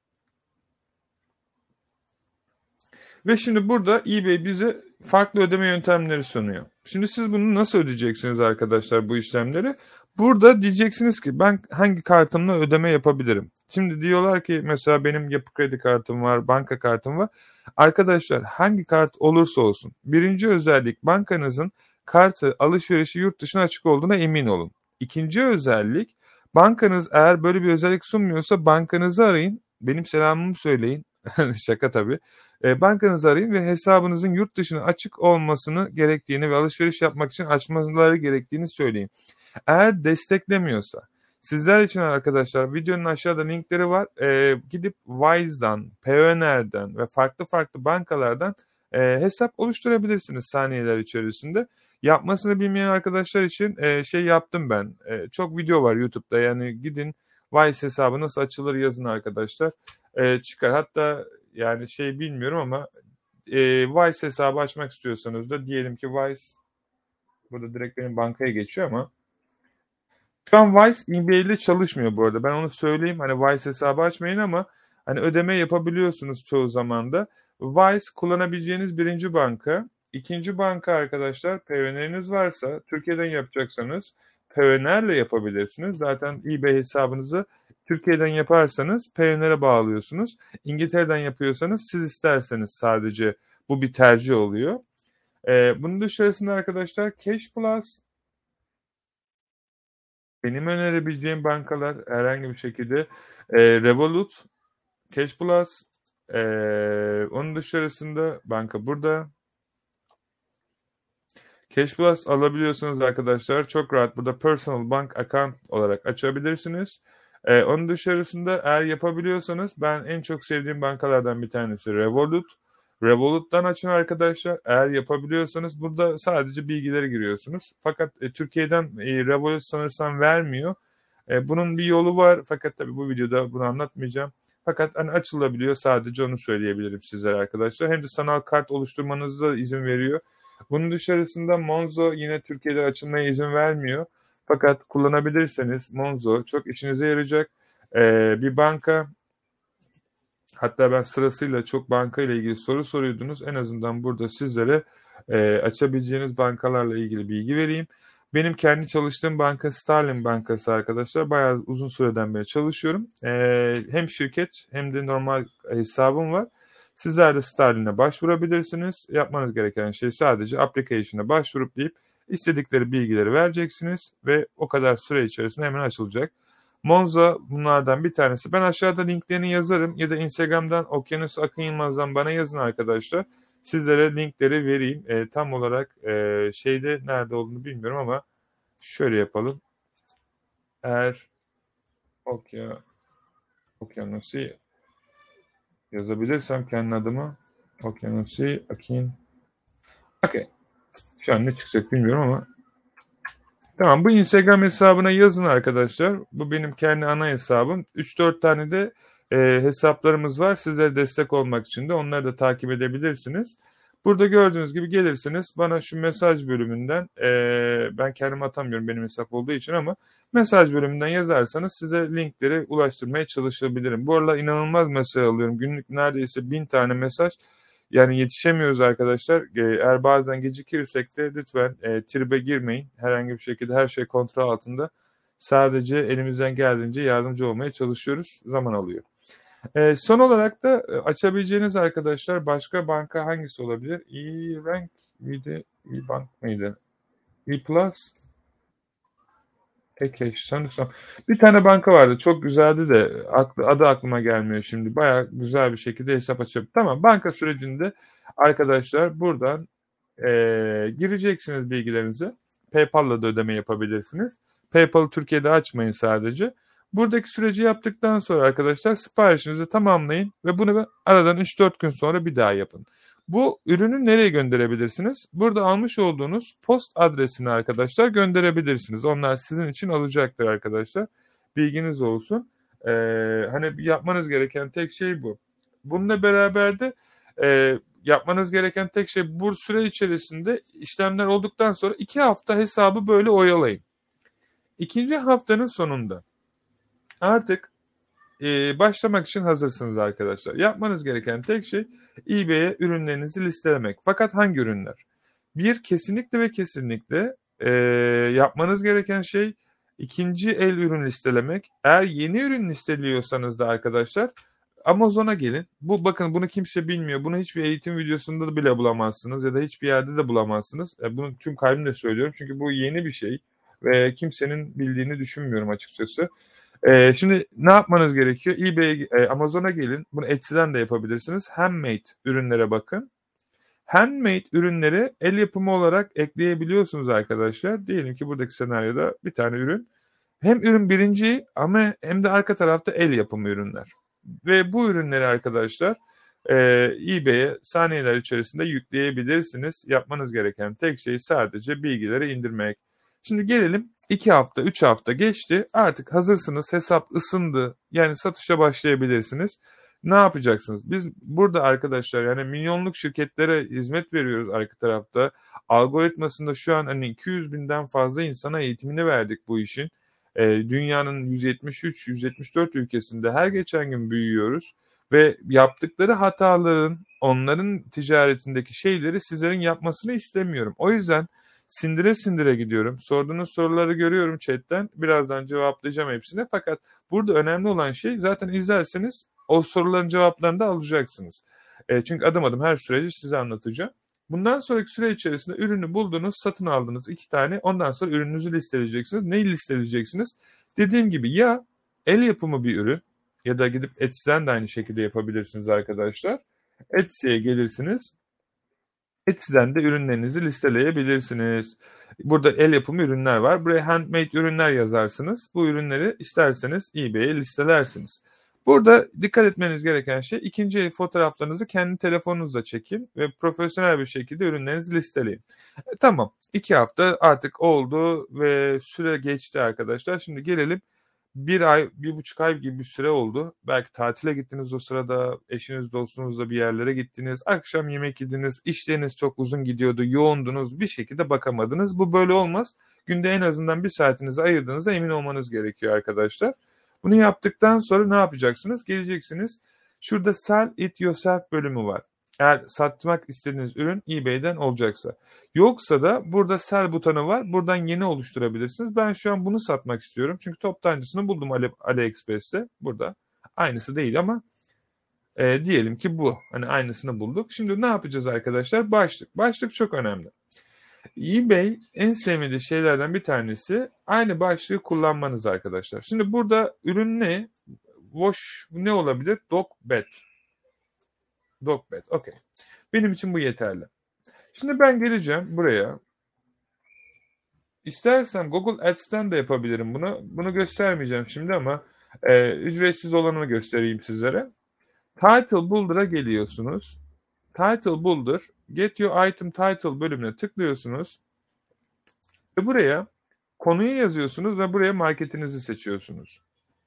Ve şimdi burada eBay bize farklı ödeme yöntemleri sunuyor. Şimdi siz bunu nasıl ödeyeceksiniz arkadaşlar, bu işlemleri? Burada diyeceksiniz ki ben hangi kartımla ödeme yapabilirim? Şimdi diyorlar ki mesela benim yapı kredi kartım var, banka kartım var. Arkadaşlar hangi kart olursa olsun. Birinci özellik, bankanızın kartı alışverişi yurt dışına açık olduğuna emin olun. İkinci özellik, bankanız eğer böyle bir özellik sunmuyorsa bankanızı arayın. Benim selamımı söyleyin. Şaka tabii. E, bankanızı arayın ve hesabınızın yurt dışına açık olmasını gerektiğini ve alışveriş yapmak için açmaları gerektiğini söyleyin. Eğer desteklemiyorsa, sizler için arkadaşlar videonun aşağıda linkleri var. E, gidip Wise'dan, Payoneer'den ve farklı farklı bankalardan e, hesap oluşturabilirsiniz saniyeler içerisinde. Yapmasını bilmeyen arkadaşlar için e, şey yaptım ben. E, çok video var YouTube'da, yani gidin Wise hesabı nasıl açılır yazın arkadaşlar. E, çıkar. Hatta yani şey bilmiyorum ama e, Wise hesabı açmak istiyorsanız da diyelim ki Wise, burada direkt benim bankaya geçiyor ama şu an Wise eBay ile çalışmıyor bu arada. Ben onu söyleyeyim. Hani Wise hesabı açmayın ama hani ödeme yapabiliyorsunuz çoğu zaman da. Wise kullanabileceğiniz birinci banka. İkinci banka arkadaşlar, Payoneer'iniz varsa Türkiye'den yapacaksanız Payoneer'le yapabilirsiniz. Zaten eBay hesabınızı Türkiye'den yaparsanız Payoneer'e bağlıyorsunuz. İngiltere'den yapıyorsanız siz isterseniz sadece bu bir tercih oluyor. Ee, bunun dışarısında arkadaşlar Cash Plus, benim önerebileceğim bankalar herhangi bir şekilde e, Revolut, Cash Plus, e, onun dışarısında banka burada. Cash Plus alabiliyorsunuz arkadaşlar. Çok rahat burada personal bank account olarak açabilirsiniz. Ee, onun dışarısında eğer yapabiliyorsanız ben en çok sevdiğim bankalardan bir tanesi Revolut. Revolut'tan açın arkadaşlar. Eğer yapabiliyorsanız burada sadece bilgileri giriyorsunuz. Fakat e, Türkiye'den e, Revolut sanırsam vermiyor. E, bunun bir yolu var. Fakat tabii bu videoda bunu anlatmayacağım. Fakat hani açılabiliyor, sadece onu söyleyebilirim sizlere arkadaşlar. Hem de sanal kart oluşturmanıza da izin veriyor. Bunun dışarısında Monzo yine Türkiye'de açılmaya izin vermiyor. Fakat kullanabilirseniz Monzo çok işinize yarayacak ee, bir banka. Hatta ben sırasıyla çok banka ile ilgili soru soruyordunuz. En azından burada sizlere e, açabileceğiniz bankalarla ilgili bilgi vereyim. Benim kendi çalıştığım banka Starling Bankası arkadaşlar. Bayağı uzun süreden beri çalışıyorum. Ee, hem şirket hem de normal hesabım var. Sizler de Starling'e başvurabilirsiniz. Yapmanız gereken şey sadece application'a başvurup deyip istedikleri bilgileri vereceksiniz ve o kadar süre içerisinde hemen açılacak. Monzo bunlardan bir tanesi. Ben aşağıda linklerini yazarım ya da Instagram'dan Okyanus Akın Yılmaz'dan bana yazın arkadaşlar. Sizlere linkleri vereyim. E, tam olarak e, şeyde nerede olduğunu bilmiyorum ama şöyle yapalım. Eğer Okya, Okyanusu yazabilirsem kendi adımı, Okyanusu Akın. Okey. Şu an ne çıkacak bilmiyorum ama tamam, bu Instagram hesabına yazın arkadaşlar. Bu benim kendi ana hesabım. üç dört tane de e, hesaplarımız var. Sizlere destek olmak için de onları da takip edebilirsiniz. Burada gördüğünüz gibi gelirsiniz. Bana şu mesaj bölümünden, e, ben kendim atamıyorum benim hesap olduğu için ama mesaj bölümünden yazarsanız size linkleri ulaştırmaya çalışabilirim. Bu arada inanılmaz mesaj alıyorum. Günlük neredeyse bin tane mesaj. Yani yetişemiyoruz arkadaşlar. Eğer bazen gecikirsek de lütfen e, tribe girmeyin. Herhangi bir şekilde her şey kontrol altında. Sadece elimizden geldiğince yardımcı olmaya çalışıyoruz. Zaman alıyor. E, son olarak da açabileceğiniz arkadaşlar başka banka hangisi olabilir? E-Rank miydi? E-Bank mıydı? E-Plus? E-Cash sanırsam. Bir tane banka vardı. Çok güzeldi de aklı, adı aklıma gelmiyor şimdi. Bayağı güzel bir şekilde hesap açabilir. Tamam, banka sürecinde arkadaşlar buradan e, gireceksiniz bilgilerinizi. PayPal'la da ödeme yapabilirsiniz. PayPal'ı Türkiye'de açmayın sadece. Buradaki süreci yaptıktan sonra arkadaşlar siparişinizi tamamlayın ve bunu aradan üç dört gün sonra bir daha yapın. Bu ürünü nereye gönderebilirsiniz? Burada almış olduğunuz post adresine arkadaşlar gönderebilirsiniz. Onlar sizin için alacaktır arkadaşlar. Bilginiz olsun. Ee, hani yapmanız gereken tek şey bu. Bununla beraber de e, yapmanız gereken tek şey bu süre içerisinde işlemler olduktan sonra iki hafta hesabı böyle oyalayın. İkinci haftanın sonunda artık e, başlamak için hazırsınız arkadaşlar. Yapmanız gereken tek şey eBay'e ürünlerinizi listelemek. Fakat hangi ürünler? Bir, kesinlikle ve kesinlikle e, yapmanız gereken şey ikinci el ürün listelemek. Eğer yeni ürün listeliyorsanız da arkadaşlar Amazon'a gelin. Bu bakın bunu kimse bilmiyor. Bunu hiçbir eğitim videosunda da bile bulamazsınız ya da hiçbir yerde de bulamazsınız. E, bunu tüm kalbimle söylüyorum çünkü bu yeni bir şey ve kimsenin bildiğini düşünmüyorum açıkçası. Ee, şimdi ne yapmanız gerekiyor? eBay'e, e, Amazon'a gelin. Bunu Etsy'den de yapabilirsiniz. Handmade ürünlere bakın. Handmade ürünleri el yapımı olarak ekleyebiliyorsunuz arkadaşlar. Diyelim ki buradaki senaryoda bir tane ürün. Hem ürün birinci ama hem de arka tarafta el yapımı ürünler. Ve bu ürünleri arkadaşlar e, eBay'e saniyeler içerisinde yükleyebilirsiniz. Yapmanız gereken tek şey sadece bilgileri indirmek. Şimdi gelelim iki hafta, üç hafta geçti. Artık hazırsınız. Hesap ısındı. Yani satışa başlayabilirsiniz. Ne yapacaksınız? Biz burada arkadaşlar yani milyonluk şirketlere hizmet veriyoruz arka tarafta. Algoritmasında şu an hani iki yüz binden fazla insana eğitimini verdik bu işin. Ee, dünyanın yüz yetmiş üç yüz yetmiş dört ülkesinde her geçen gün büyüyoruz. Ve yaptıkları hataların, onların ticaretindeki şeyleri sizlerin yapmasını istemiyorum. O yüzden sindire sindire gidiyorum. Sorduğunuz soruları görüyorum chatten. Birazdan cevaplayacağım hepsine. Fakat burada önemli olan şey zaten izlerseniz o soruların cevaplarını da alacaksınız. E, çünkü adım adım her süreci size anlatacağım. Bundan sonraki süre içerisinde ürünü buldunuz, satın aldınız iki tane. Ondan sonra ürününüzü listeleyeceksiniz. Neyi listeleyeceksiniz? Dediğim gibi ya el yapımı bir ürün ya da gidip Etsy'den de aynı şekilde yapabilirsiniz arkadaşlar. Etsy'ye gelirsiniz. Etsy'den de ürünlerinizi listeleyebilirsiniz. Burada el yapımı ürünler var. Buraya handmade ürünler yazarsınız. Bu ürünleri isterseniz eBay'e listelersiniz. Burada dikkat etmeniz gereken şey ikinci el fotoğraflarınızı kendi telefonunuzla çekin ve profesyonel bir şekilde ürünlerinizi listeleyin. E, tamam. iki hafta artık oldu ve süre geçti arkadaşlar. Şimdi gelelim. Bir ay, bir buçuk ay gibi bir süre oldu. Belki tatile gittiniz o sırada, eşiniz dostunuzla bir yerlere gittiniz, akşam yemek yediniz, işleriniz çok uzun gidiyordu, yoğundunuz, bir şekilde bakamadınız. Bu böyle olmaz. Günde en azından bir saatinizi ayırdığınıza emin olmanız gerekiyor arkadaşlar. Bunu yaptıktan sonra ne yapacaksınız? Geleceksiniz. Şurada Sell It Yourself bölümü var. Eğer satmak istediğiniz ürün eBay'den olacaksa. Yoksa da burada sell butonu var. Buradan yeni oluşturabilirsiniz. Ben şu an bunu satmak istiyorum. Çünkü toptancısını buldum Ali, AliExpress'te. Burada. Aynısı değil ama e, diyelim ki bu. Hani aynısını bulduk. Şimdi ne yapacağız arkadaşlar? Başlık. Başlık çok önemli. eBay en sevmediği şeylerden bir tanesi aynı başlığı kullanmanız arkadaşlar. Şimdi burada ürün ne? Wash ne olabilir? Dog bed. Dog bed. Okey. Benim için bu yeterli. Şimdi ben geleceğim buraya. İstersem Google Ads'ten de yapabilirim bunu. Bunu göstermeyeceğim şimdi ama e, ücretsiz olanını göstereyim sizlere. Title Builder'a geliyorsunuz. Title Builder, Get Your Item Title bölümüne tıklıyorsunuz. Ve buraya konuyu yazıyorsunuz ve buraya marketinizi seçiyorsunuz.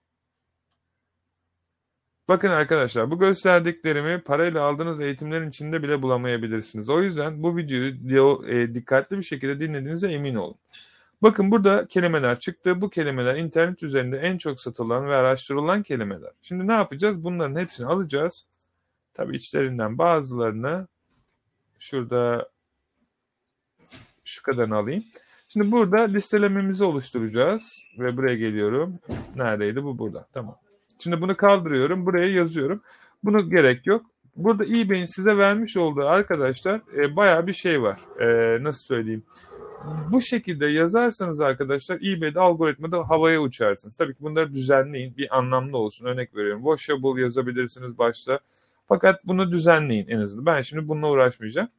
Bakın arkadaşlar bu gösterdiklerimi parayla aldığınız eğitimlerin içinde bile bulamayabilirsiniz. O yüzden bu videoyu e, dikkatli bir şekilde dinlediğinize emin olun. Bakın burada kelimeler çıktı. Bu kelimeler internet üzerinde en çok satılan ve araştırılan kelimeler. Şimdi ne yapacağız? Bunların hepsini alacağız. Tabii içlerinden bazılarını şurada şu kadarını alayım. Şimdi burada listelememizi oluşturacağız. Ve buraya geliyorum. Neredeydi? Bu burada. Tamam. Şimdi bunu kaldırıyorum. Buraya yazıyorum. Bunu gerek yok. Burada eBay'in size vermiş olduğu arkadaşlar e, bayağı bir şey var. E, nasıl söyleyeyim? Bu şekilde yazarsanız arkadaşlar eBay'de algoritmada havaya uçarsınız. Tabii ki bunları düzenleyin. Bir anlamlı olsun. Örnek veriyorum. Washable yazabilirsiniz başta. Fakat bunu düzenleyin en azından. Ben şimdi bununla uğraşmayacağım.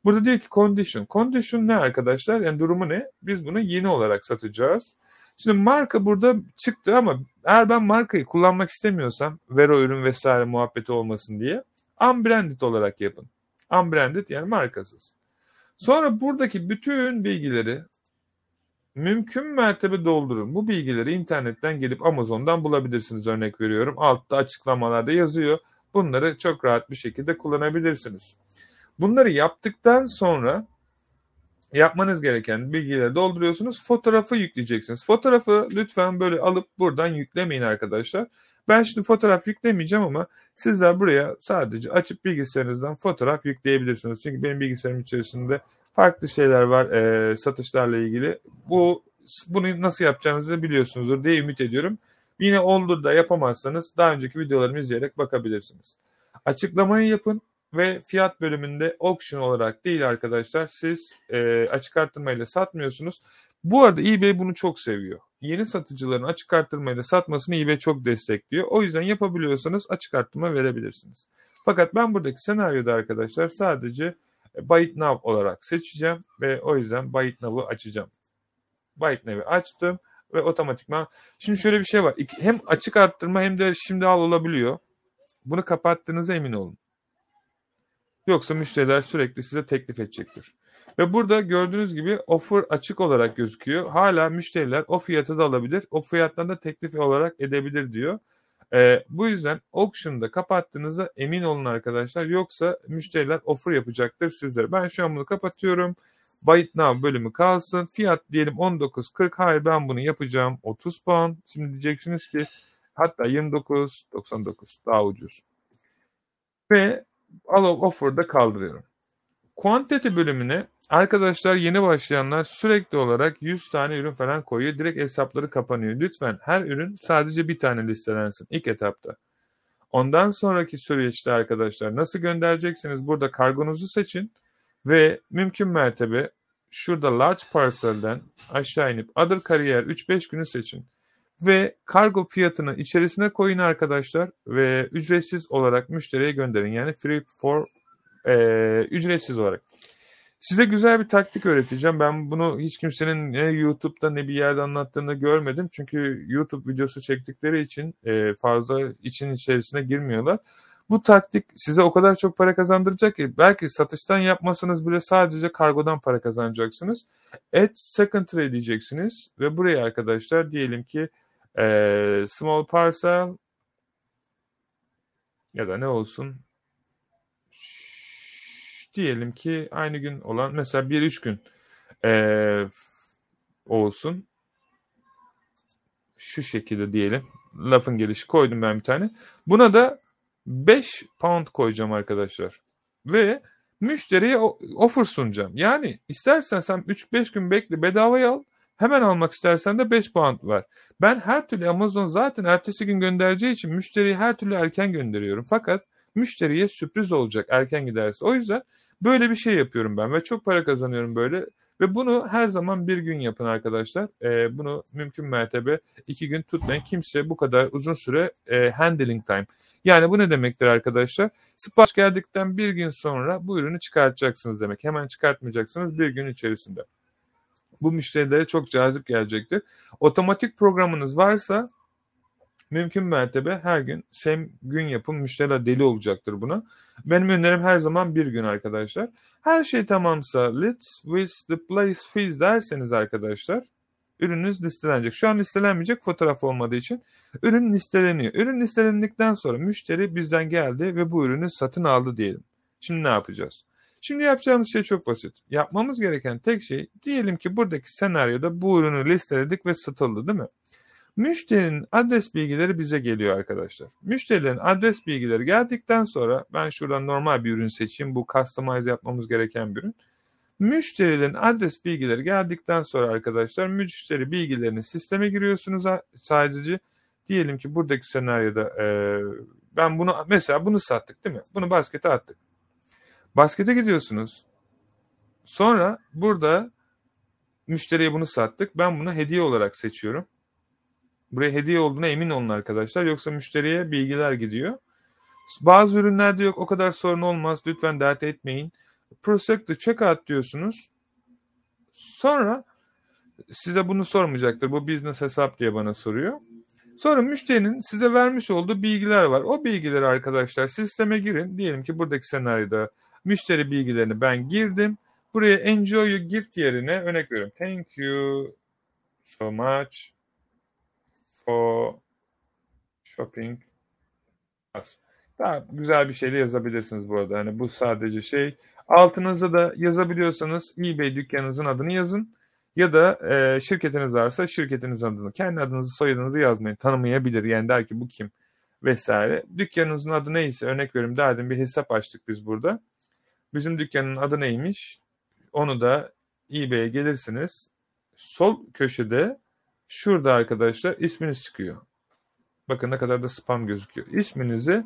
Burada diyor ki condition. Condition ne arkadaşlar? Yani durumu ne? Biz bunu yeni olarak satacağız. Şimdi marka burada çıktı ama eğer ben markayı kullanmak istemiyorsam vero ürün vesaire muhabbeti olmasın diye unbranded olarak yapın. Unbranded yani markasız. Sonra buradaki bütün bilgileri mümkün mertebe doldurun. Bu bilgileri internetten gelip Amazon'dan bulabilirsiniz, örnek veriyorum. Altta açıklamalarda yazıyor. Bunları çok rahat bir şekilde kullanabilirsiniz. Bunları yaptıktan sonra yapmanız gereken bilgileri dolduruyorsunuz. Fotoğrafı yükleyeceksiniz. Fotoğrafı lütfen böyle alıp buradan yüklemeyin arkadaşlar. Ben şimdi fotoğraf yüklemeyeceğim ama sizler buraya sadece açıp bilgisayarınızdan fotoğraf yükleyebilirsiniz. Çünkü benim bilgisayarım içerisinde farklı şeyler var e, satışlarla ilgili. Bu bunu nasıl yapacağınızı biliyorsunuzdur diye ümit ediyorum. Yine oldu da yapamazsanız daha önceki videolarımı izleyerek bakabilirsiniz. Açıklamayı yapın. Ve fiyat bölümünde auction olarak değil arkadaşlar, siz e, açık arttırmayla satmıyorsunuz. Bu arada eBay bunu çok seviyor. Yeni satıcıların açık arttırmayla satmasını eBay çok destekliyor. O yüzden yapabiliyorsanız açık arttırma verebilirsiniz. Fakat ben buradaki senaryoda arkadaşlar sadece Buy It Now olarak seçeceğim ve o yüzden Buy It Now'ı açacağım. Buy It Now'ı açtım ve otomatikman. Şimdi şöyle bir şey var. Hem açık arttırma hem de şimdi al olabiliyor. Bunu kapattığınıza emin olun. Yoksa müşteriler sürekli size teklif edecektir. Ve burada gördüğünüz gibi offer açık olarak gözüküyor. Hala müşteriler o fiyatı da alabilir, o fiyattan da teklif olarak edebilir diyor. Ee, bu yüzden auction'da kapattığınızda emin olun arkadaşlar. Yoksa müşteriler offer yapacaktır sizlere. Ben şu an bunu kapatıyorum. Buy It Now bölümü kalsın. Fiyat diyelim on dokuz kırk. Hayır, ben bunu yapacağım otuz pound. Şimdi diyeceksiniz ki hatta yirmi dokuz doksan dokuz daha ucuz. Ve Allow Offer'da kaldırıyorum. Quantity bölümüne arkadaşlar yeni başlayanlar sürekli olarak yüz tane ürün falan koyuyor. Direkt hesapları kapanıyor. Lütfen her ürün sadece bir tane listelensin ilk etapta. Ondan sonraki süreçte arkadaşlar nasıl göndereceksiniz? Burada kargonuzu seçin ve mümkün mertebe şurada large parcel'den aşağı inip other kariyer üç beş günü seçin. Ve kargo fiyatını içerisine koyun arkadaşlar ve ücretsiz olarak müşteriye gönderin. Yani free for e, ücretsiz olarak. Size güzel bir taktik öğreteceğim. Ben bunu hiç kimsenin ne YouTube'da ne bir yerde anlattığını görmedim. Çünkü YouTube videosu çektikleri için e, fazla için içerisine girmiyorlar. Bu taktik size o kadar çok para kazandıracak ki belki satıştan yapmasanız bile sadece kargodan para kazanacaksınız. Add secondary diyeceksiniz ve buraya arkadaşlar diyelim ki e, small parcel ya da ne olsun diyelim ki aynı gün olan mesela bir üç gün e, olsun. Şu şekilde diyelim. Lafın gelişi koydum ben bir tane. Buna da beş pound koyacağım arkadaşlar. Ve müşteriye offer sunacağım. Yani istersen sen üç beş gün bekle bedavaya al. Hemen almak istersen de beş pound var. Ben her türlü Amazon zaten ertesi gün göndereceği için müşteriye her türlü erken gönderiyorum. Fakat müşteriye sürpriz olacak erken giderse. O yüzden böyle bir şey yapıyorum ben ve çok para kazanıyorum böyle. Ve bunu her zaman bir gün yapın arkadaşlar. Ee, bunu mümkün mertebe iki gün tutmayın. Kimse bu kadar uzun süre e, handling time. Yani bu ne demektir arkadaşlar? Sipariş geldikten bir gün sonra bu ürünü çıkartacaksınız demek. Hemen çıkartmayacaksınız bir gün içerisinde. Bu müşterilere çok cazip gelecektir. Otomatik programınız varsa mümkün mertebe her gün same gün yapın. Müşteriler deli olacaktır buna. Benim önerim her zaman bir gün arkadaşlar. Her şey tamamsa let's with the place fees derseniz arkadaşlar ürününüz listelenecek. Şu an listelenmeyecek fotoğraf olmadığı için ürün listeleniyor. Ürün listelendikten sonra müşteri bizden geldi ve bu ürünü satın aldı diyelim. Şimdi ne yapacağız? Şimdi yapacağımız şey çok basit. Yapmamız gereken tek şey diyelim ki buradaki senaryoda bu ürünü listeledik ve satıldı değil mi? Müşterinin adres bilgileri bize geliyor arkadaşlar. Müşterilerin adres bilgileri geldikten sonra ben şuradan normal bir ürün seçeyim. Bu customize yapmamız gereken bir ürün. Müşterilerin adres bilgileri geldikten sonra arkadaşlar müşteri bilgilerini sisteme giriyorsunuz sadece. Diyelim ki buradaki senaryoda e, ben bunu mesela bunu sattık değil mi? Bunu baskete attık. Baskete gidiyorsunuz. Sonra burada müşteriye bunu sattık. Ben bunu hediye olarak seçiyorum. Buraya hediye olduğuna emin olun arkadaşlar. Yoksa müşteriye bilgiler gidiyor. Bazı ürünlerde yok. O kadar sorun olmaz. Lütfen dert etmeyin. Proceed to checkout diyorsunuz. Sonra size bunu sormayacaktır. Bu business hesap diye bana soruyor. Sonra müşterinin size vermiş olduğu bilgiler var. O bilgileri arkadaşlar sisteme girin. Diyelim ki buradaki senaryoda müşteri bilgilerini ben girdim. Buraya enjoy your gift yerine örnek veriyorum. Thank you so much for shopping us. Daha güzel bir şeyle yazabilirsiniz bu arada. Hani bu sadece şey. Altınıza da yazabiliyorsanız eBay dükkanınızın adını yazın. Ya da e, şirketiniz varsa şirketinizin adını. Kendi adınızı, soyadınızı yazmayın. Tanımayabilir. Yani der ki bu kim vesaire. Dükkanınızın adı neyse örnek veriyorum derdim bir hesap açtık biz burada. Bizim dükkanın adı neymiş? Onu da eBay'e gelirsiniz. Sol köşede şurada arkadaşlar isminiz çıkıyor. Bakın ne kadar da spam gözüküyor. İsminizi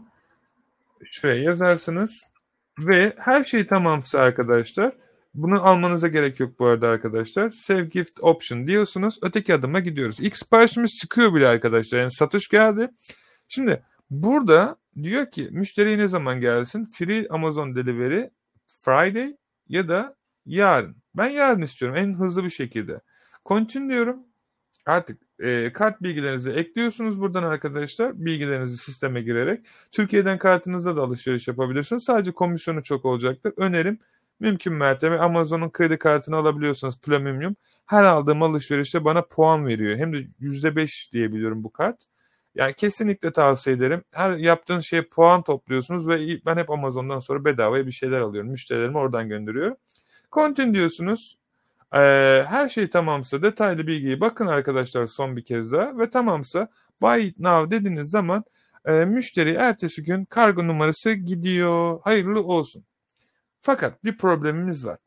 şuraya yazarsınız ve her şey tamamsa arkadaşlar bunu almanıza gerek yok bu arada arkadaşlar. Save gift option diyorsunuz. Öteki adıma gidiyoruz. İlk siparişimiz çıkıyor bile arkadaşlar. Yani satış geldi. Şimdi burada diyor ki müşteriye ne zaman gelsin? Free Amazon Delivery Friday ya da yarın. Ben yarın istiyorum en hızlı bir şekilde. Continue diyorum. Artık e, kart bilgilerinizi ekliyorsunuz buradan arkadaşlar. Bilgilerinizi sisteme girerek. Türkiye'den kartınızda da alışveriş yapabilirsiniz. Sadece komisyonu çok olacaktır. Önerim mümkün mertebe Amazon'un kredi kartını alabiliyorsanız Premium. Her aldığım alışverişte bana puan veriyor. Hem de yüzde beş diyebiliyorum bu kart. Yani kesinlikle tavsiye ederim. Her yaptığınız şeye puan topluyorsunuz ve ben hep Amazon'dan sonra bedavaya bir şeyler alıyorum. Müşterilerimi oradan gönderiyorum. Continue diyorsunuz. Ee, her şey tamamsa detaylı bilgiyi bakın arkadaşlar son bir kez daha ve tamamsa buy it now dediğiniz zaman e, müşteri ertesi gün kargo numarası gidiyor. Hayırlı olsun. Fakat bir problemimiz var.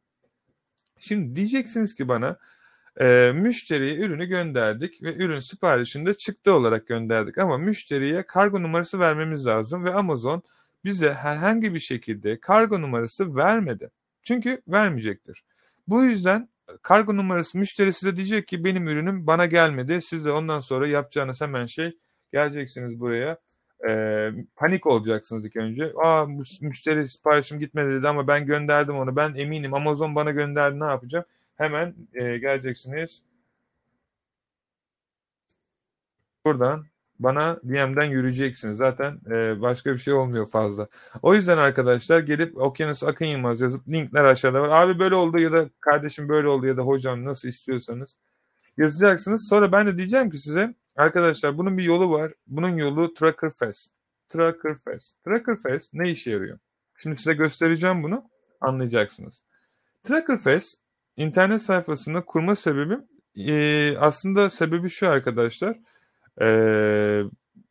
Şimdi diyeceksiniz ki bana e, müşteriye ürünü gönderdik ve ürün siparişinde çıktı olarak gönderdik ama müşteriye kargo numarası vermemiz lazım ve Amazon bize herhangi bir şekilde kargo numarası vermedi. Çünkü vermeyecektir. Bu yüzden kargo numarası müşteri size diyecek ki benim ürünüm bana gelmedi. Siz de ondan sonra yapacağınız hemen şey geleceksiniz buraya. E, panik olacaksınız ilk önce. Aa müşteri siparişim gitmedi dedi ama ben gönderdim onu. Ben eminim Amazon bana gönderdi ne yapacağım? Hemen e, geleceksiniz. Buradan bana D M'den yürüyeceksiniz. Zaten e, başka bir şey olmuyor fazla. O yüzden arkadaşlar gelip Okyanus Akın Yılmaz yazıp linkler aşağıda var. Abi böyle oldu ya da kardeşim böyle oldu ya da hocam nasıl istiyorsanız yazacaksınız. Sonra ben de diyeceğim ki size arkadaşlar bunun bir yolu var. Bunun yolu Trackerfest. Trackerfest. Trackerfest ne işe yarıyor? Şimdi size göstereceğim bunu. Anlayacaksınız. Trackerfest internet sayfasını kurma sebebim e, aslında sebebi şu arkadaşlar. Ee,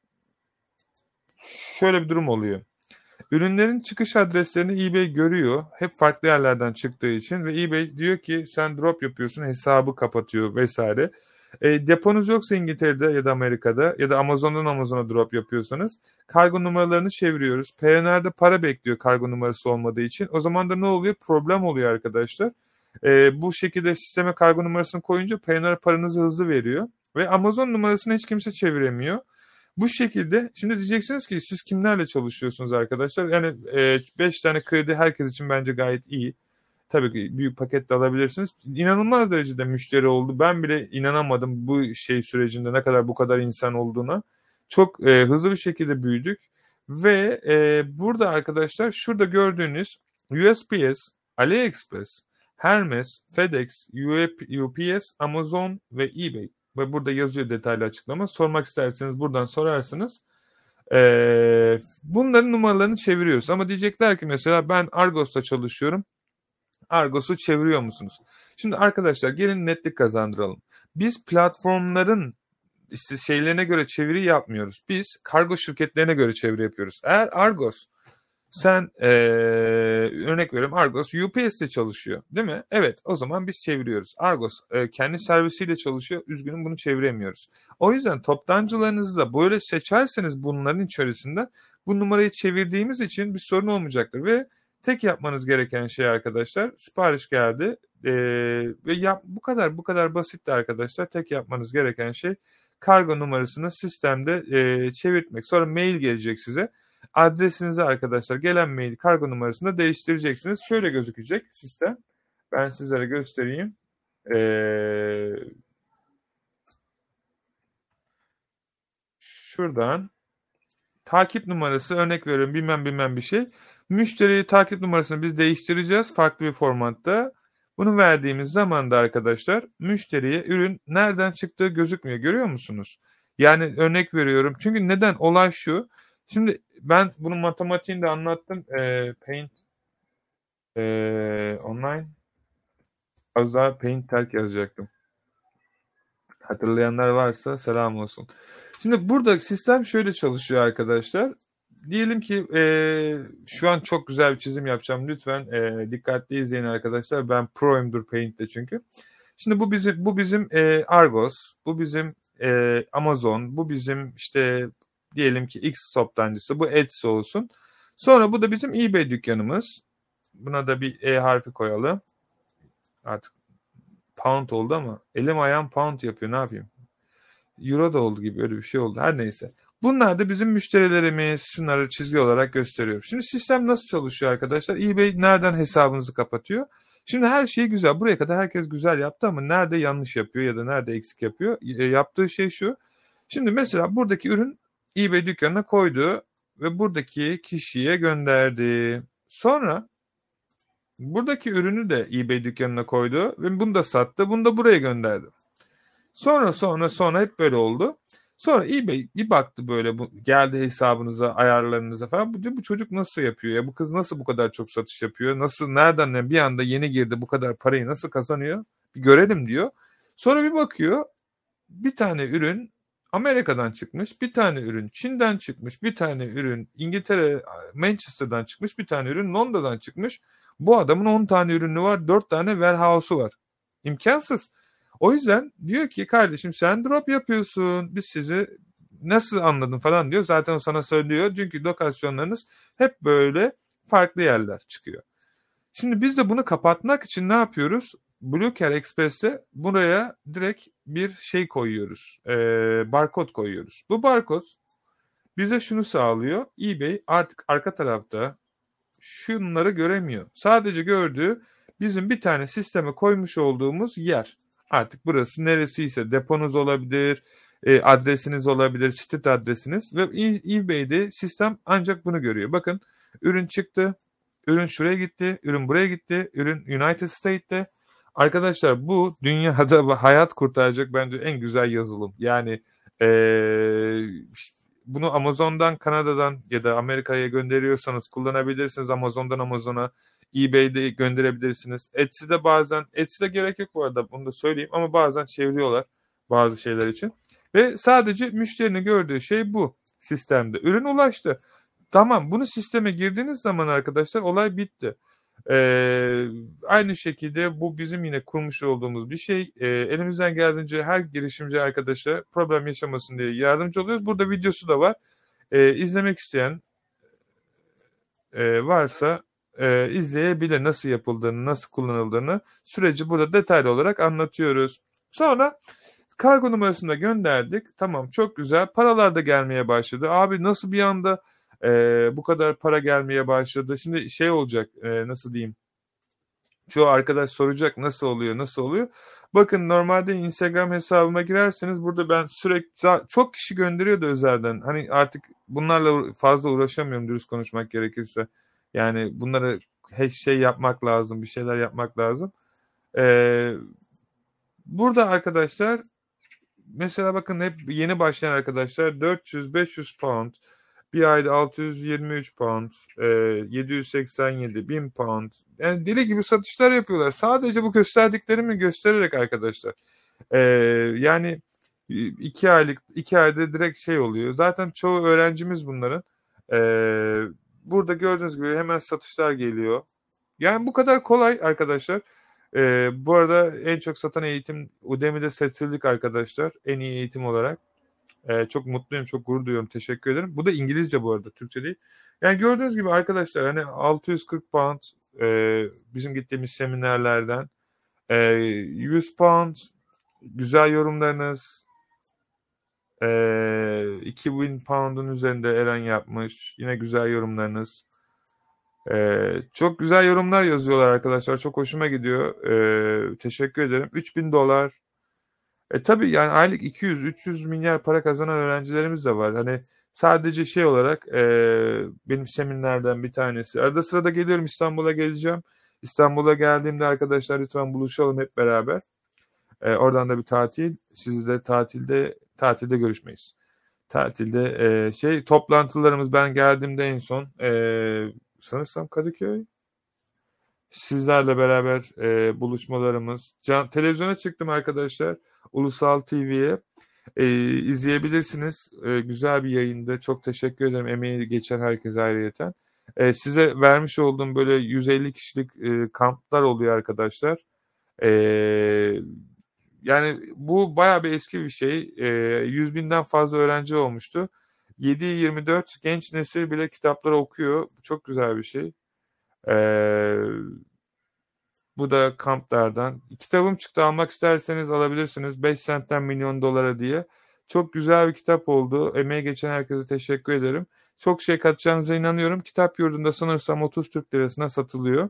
şöyle bir durum oluyor. Ürünlerin çıkış adreslerini eBay görüyor. Hep farklı yerlerden çıktığı için ve eBay diyor ki sen drop yapıyorsun, hesabı kapatıyor vesaire. E, deponuz yoksa İngiltere'de ya da Amerika'da ya da Amazon'dan Amazon'a drop yapıyorsanız kargo numaralarını çeviriyoruz. P N R'de para bekliyor kargo numarası olmadığı için. O zaman da ne oluyor? Problem oluyor arkadaşlar. E, bu şekilde sisteme kargo numarasını koyunca P N R paranızı hızlı veriyor. Ve Amazon numarasını hiç kimse çeviremiyor. Bu şekilde şimdi diyeceksiniz ki siz kimlerle çalışıyorsunuz arkadaşlar? Yani beş e, tane kredi herkes için bence gayet iyi. Tabii ki büyük paket de alabilirsiniz. İnanılmaz derecede müşteri oldu. Ben bile inanamadım bu şey sürecinde ne kadar bu kadar insan olduğuna. Çok e, hızlı bir şekilde büyüdük. Ve e, burada arkadaşlar şurada gördüğünüz U S P S, AliExpress, Hermes, FedEx, U P S, Amazon ve eBay. Ve burada yazıyor detaylı açıklama. Sormak isterseniz buradan sorarsınız. Ee, bunların numaralarını çeviriyoruz. Ama diyecekler ki mesela ben Argos'ta çalışıyorum. Argos'u çeviriyor musunuz? Şimdi arkadaşlar gelin netlik kazandıralım. Biz platformların işte şeylerine göre çeviri yapmıyoruz. Biz kargo şirketlerine göre çeviri yapıyoruz. Eğer Argos sen ee, örnek veriyorum Argos U P S'te çalışıyor değil mi? Evet o zaman biz çeviriyoruz. Argos e, kendi servisiyle çalışıyor. Üzgünüm bunu çeviremiyoruz. O yüzden toptancılarınızı da böyle seçerseniz bunların içerisinden bu numarayı çevirdiğimiz için bir sorun olmayacaktır. Ve tek yapmanız gereken şey arkadaşlar sipariş geldi e, ve yap, bu kadar bu kadar basitti arkadaşlar. Tek yapmanız gereken şey kargo numarasını sistemde e, çevirtmek. Sonra mail gelecek size. adresinizi arkadaşlar gelen mail kargo numarasında değiştireceksiniz. Şöyle gözükecek sistem. Ben sizlere göstereyim. Ee, şuradan takip numarası, örnek veriyorum, bilmem bilmem bir şey. Müşteri takip numarasını biz değiştireceğiz farklı bir formatta. Bunu verdiğimiz zaman da arkadaşlar müşteriye ürün nereden çıktığı gözükmüyor. Görüyor musunuz? Yani örnek veriyorum. Çünkü neden? Olay şu. Şimdi ben bunun matematiğini de anlattım. Ee, Paint ee, online az daha Paint terk yazacaktım. Hatırlayanlar varsa selam olsun. Şimdi burada sistem şöyle çalışıyor arkadaşlar. Diyelim ki e, şu an çok güzel bir çizim yapacağım. Lütfen e, dikkatli izleyin arkadaşlar. Ben pro'yumdur Paint'te çünkü. Şimdi bu bizim bu bizim e, Argos, bu bizim e, Amazon, bu bizim işte diyelim ki X toptancısı, bu Etsy olsun. Sonra bu da bizim eBay dükkanımız. Buna da bir E harfi koyalım. Artık pound oldu ama elim ayağım pound yapıyor, ne yapayım? Euro da oldu gibi, öyle bir şey oldu. Her neyse. Bunlar da bizim müşterilerimiz. Şunları çizgi olarak gösteriyorum. Şimdi sistem nasıl çalışıyor arkadaşlar? eBay nereden hesabınızı kapatıyor? Şimdi her şey güzel. Buraya kadar herkes güzel yaptı ama nerede yanlış yapıyor ya da nerede eksik yapıyor? E, yaptığı şey şu. Şimdi mesela buradaki ürün eBay dükkanına koydu ve buradaki kişiye gönderdi. Sonra buradaki ürünü de eBay dükkanına koydu ve bunu da sattı. Bunu da buraya gönderdi. Sonra sonra sonra hep böyle oldu. Sonra eBay bir baktı böyle, bu geldi hesabınıza, ayarlarınıza falan. Bu, bu çocuk nasıl yapıyor ya? Bu kız nasıl bu kadar çok satış yapıyor? Nasıl, nereden ne bir anda yeni girdi, bu kadar parayı nasıl kazanıyor? Bir görelim diyor. Sonra bir bakıyor. Bir tane ürün Amerika'dan çıkmış, bir tane ürün Çin'den çıkmış, bir tane ürün İngiltere, Manchester'dan çıkmış, bir tane ürün Londra'dan çıkmış. Bu adamın on tane ürünü var, dört tane warehouse'u var. İmkansız. O yüzden diyor ki kardeşim sen drop yapıyorsun, biz sizi nasıl anladın falan diyor. Zaten o sana söylüyor çünkü lokasyonlarınız hep böyle farklı yerler çıkıyor. Şimdi biz de bunu kapatmak için ne yapıyoruz? Bluecare Express'te buraya direkt bir şey koyuyoruz. E, barkod koyuyoruz. Bu barkod bize şunu sağlıyor. eBay artık arka tarafta şunları göremiyor. Sadece gördüğü bizim bir tane sisteme koymuş olduğumuz yer. Artık burası neresiyse deponuz olabilir, e, adresiniz olabilir, site adresiniz ve eBay'de sistem ancak bunu görüyor. Bakın ürün çıktı, ürün şuraya gitti, ürün buraya gitti, ürün United States'te. Arkadaşlar bu dünyada hayat kurtaracak bence en güzel yazılım. Yani ee, bunu Amazon'dan, Kanada'dan ya da Amerika'ya gönderiyorsanız kullanabilirsiniz. Amazon'dan Amazon'a, eBay'de gönderebilirsiniz. Etsy'de bazen, Etsy'de gerek yok bu arada, bunu da söyleyeyim, ama bazen çeviriyorlar bazı şeyler için. Ve sadece müşterinin gördüğü şey bu sistemde. Ürün ulaştı. Tamam, bunu sisteme girdiğiniz zaman arkadaşlar olay bitti. Ee, aynı şekilde bu bizim yine kurmuş olduğumuz bir şey. Ee, elimizden geldiğince her girişimci arkadaşa problem yaşamasın diye yardımcı oluyoruz. Burada videosu da var. Ee, izlemek isteyen e, varsa e, izleyebilir, nasıl yapıldığını, nasıl kullanıldığını, süreci burada detaylı olarak anlatıyoruz. Sonra kargo numarasını da gönderdik. Tamam, çok güzel. Paralar da gelmeye başladı. Abi nasıl bir anda e, bu kadar para gelmeye başladı? Şimdi şey olacak, e, nasıl diyeyim? Çoğu arkadaş soracak nasıl oluyor, nasıl oluyor? Bakın normalde Instagram hesabıma girerseniz burada ben sürekli çok kişi gönderiyor da özelden. Hani artık bunlarla fazla uğraşamıyorum dürüst konuşmak gerekirse. Yani bunlara her şey yapmak lazım, bir şeyler yapmak lazım. Ee, burada arkadaşlar mesela bakın hep yeni başlayan arkadaşlar dört yüz beş yüz pound, bir ayda altı yüz yirmi üç pound, e, yedi yüz seksen yedi bin pound. Yani deli gibi satışlar yapıyorlar. Sadece bu gösterdiklerimi göstererek arkadaşlar. E, yani iki aylık, iki ayda direkt şey oluyor. Zaten çoğu öğrencimiz bunların. E, burada gördüğünüz gibi hemen satışlar geliyor. Yani bu kadar kolay arkadaşlar. Ee, bu arada en çok satan eğitim Udemy'de seçildik arkadaşlar. En iyi eğitim olarak. Ee, çok mutluyum, çok gurur duyuyorum. Teşekkür ederim. Bu da İngilizce bu arada, Türkçe değil. Yani gördüğünüz gibi arkadaşlar hani altı yüz kırk pound e, bizim gittiğimiz seminerlerden, e, yüz pound güzel yorumlarınız, Ee, iki bin pound'un üzerinde Eren yapmış. Yine güzel yorumlarınız. Ee, çok güzel yorumlar yazıyorlar arkadaşlar. Çok hoşuma gidiyor. Ee, teşekkür ederim. üç bin dolar. E tabii yani aylık iki yüz üç yüz milyar para kazanan öğrencilerimiz de var. Hani sadece şey olarak e, benim seminerlerden bir tanesi. Arada sırada geliyorum, İstanbul'a geleceğim. İstanbul'a geldiğimde arkadaşlar lütfen buluşalım hep beraber. E, oradan da bir tatil. Sizi de tatilde tatilde görüşmeyiz. Tatilde e, şey toplantılarımız, ben geldiğimde en son e, sanırsam Kadıköy. Sizlerle beraber e, buluşmalarımız. Can, televizyona çıktım arkadaşlar. Ulusal T V'ye. E, izleyebilirsiniz. E, güzel bir yayında. Çok teşekkür ederim emeği geçen herkese ayrıyeten. E, size vermiş olduğum böyle yüz elli kişilik e, kamplar oluyor arkadaşlar. E, yani bu bayağı bir eski bir şey. E, yüz binden fazla öğrenci olmuştu. yedi yirmi dört genç nesil bile kitapları okuyor. Çok güzel bir şey. Eee Bu da kamplardan. Kitabım çıktı, almak isterseniz alabilirsiniz. beş sentten milyon dolara diye. Çok güzel bir kitap oldu. Emeği geçen herkese teşekkür ederim. Çok şey katacağınıza inanıyorum. Kitap Yurdu'nda sanırsam otuz Türk lirasına satılıyor.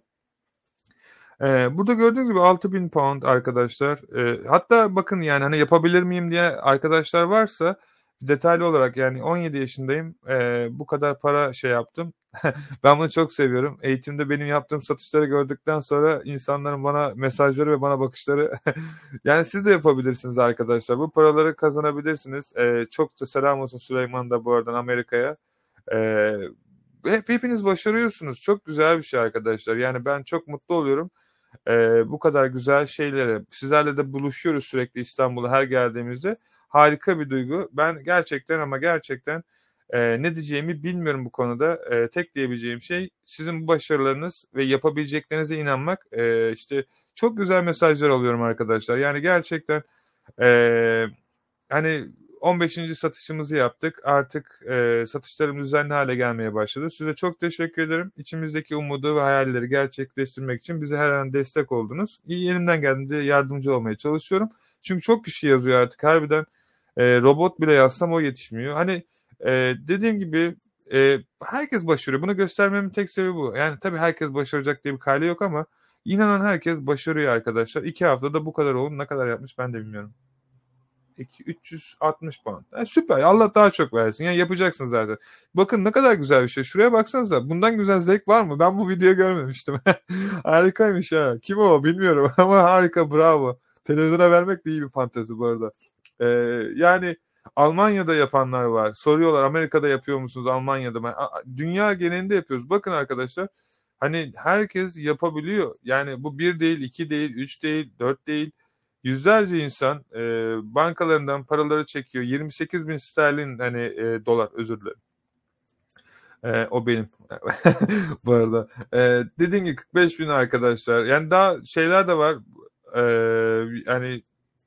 Ee, burada gördüğünüz gibi altı bin pound arkadaşlar. Ee, hatta bakın yani hani yapabilir miyim diye arkadaşlar varsa detaylı olarak, yani on yedi yaşındayım. Ee, bu kadar para şey yaptım. Ben bunu çok seviyorum. Eğitimde benim yaptığım satışları gördükten sonra insanların bana mesajları ve bana bakışları yani siz de yapabilirsiniz arkadaşlar. Bu paraları kazanabilirsiniz. Ee, çok da selam olsun Süleyman da bu aradan Amerika'ya. Ee, hep, hepiniz başarıyorsunuz. Çok güzel bir şey arkadaşlar. Yani ben çok mutlu oluyorum. Ee, bu kadar güzel şeylere. Sizlerle de buluşuyoruz sürekli İstanbul'a her geldiğimizde. Harika bir duygu. Ben gerçekten ama gerçekten e, ne diyeceğimi bilmiyorum bu konuda. E, tek diyebileceğim şey sizin bu başarılarınız ve yapabileceklerinize inanmak. E, işte çok güzel mesajlar alıyorum arkadaşlar. Yani gerçekten e, hani on beşinci satışımızı yaptık. Artık e, satışlarımız düzenli hale gelmeye başladı. Size çok teşekkür ederim. İçimizdeki umudu ve hayalleri gerçekleştirmek için bize her an destek oldunuz. İyi, elimden geldiğince yardımcı olmaya çalışıyorum. Çünkü çok kişi yazıyor artık. Harbiden e, robot bile yazsam o yetişmiyor. Hani e, dediğim gibi e, herkes başarıyor. Bunu göstermemin tek sebebi bu. Yani tabii herkes başaracak diye bir kaydı yok ama inanan herkes başarıyor arkadaşlar. İki haftada bu kadar olun. Ne kadar yapmış ben de bilmiyorum. üç yüz altmış pound. Yani süper. Allah daha çok versin. Yani yapacaksın zaten. Bakın ne kadar güzel bir şey. Şuraya baksanıza. Bundan güzel zevk var mı? Ben bu videoyu görmemiştim. Harikaymış ha. Kim o bilmiyorum ama harika, bravo. Televizyona vermek de iyi bir fantezi bu arada. Ee, yani Almanya'da yapanlar var. Soruyorlar Amerika'da yapıyor musunuz? Almanya'da. Ben, dünya genelinde yapıyoruz. Bakın arkadaşlar. Hani herkes yapabiliyor. Yani bu bir değil, iki değil, üç değil, dört değil. Yüzlerce insan e, bankalarından paraları çekiyor. yirmi sekiz bin sterlin, hani e, dolar, özür dilerim. E, o benim. Bu arada. E, dediğim gibi kırk beş bin arkadaşlar. Yani daha şeyler de var. E, yani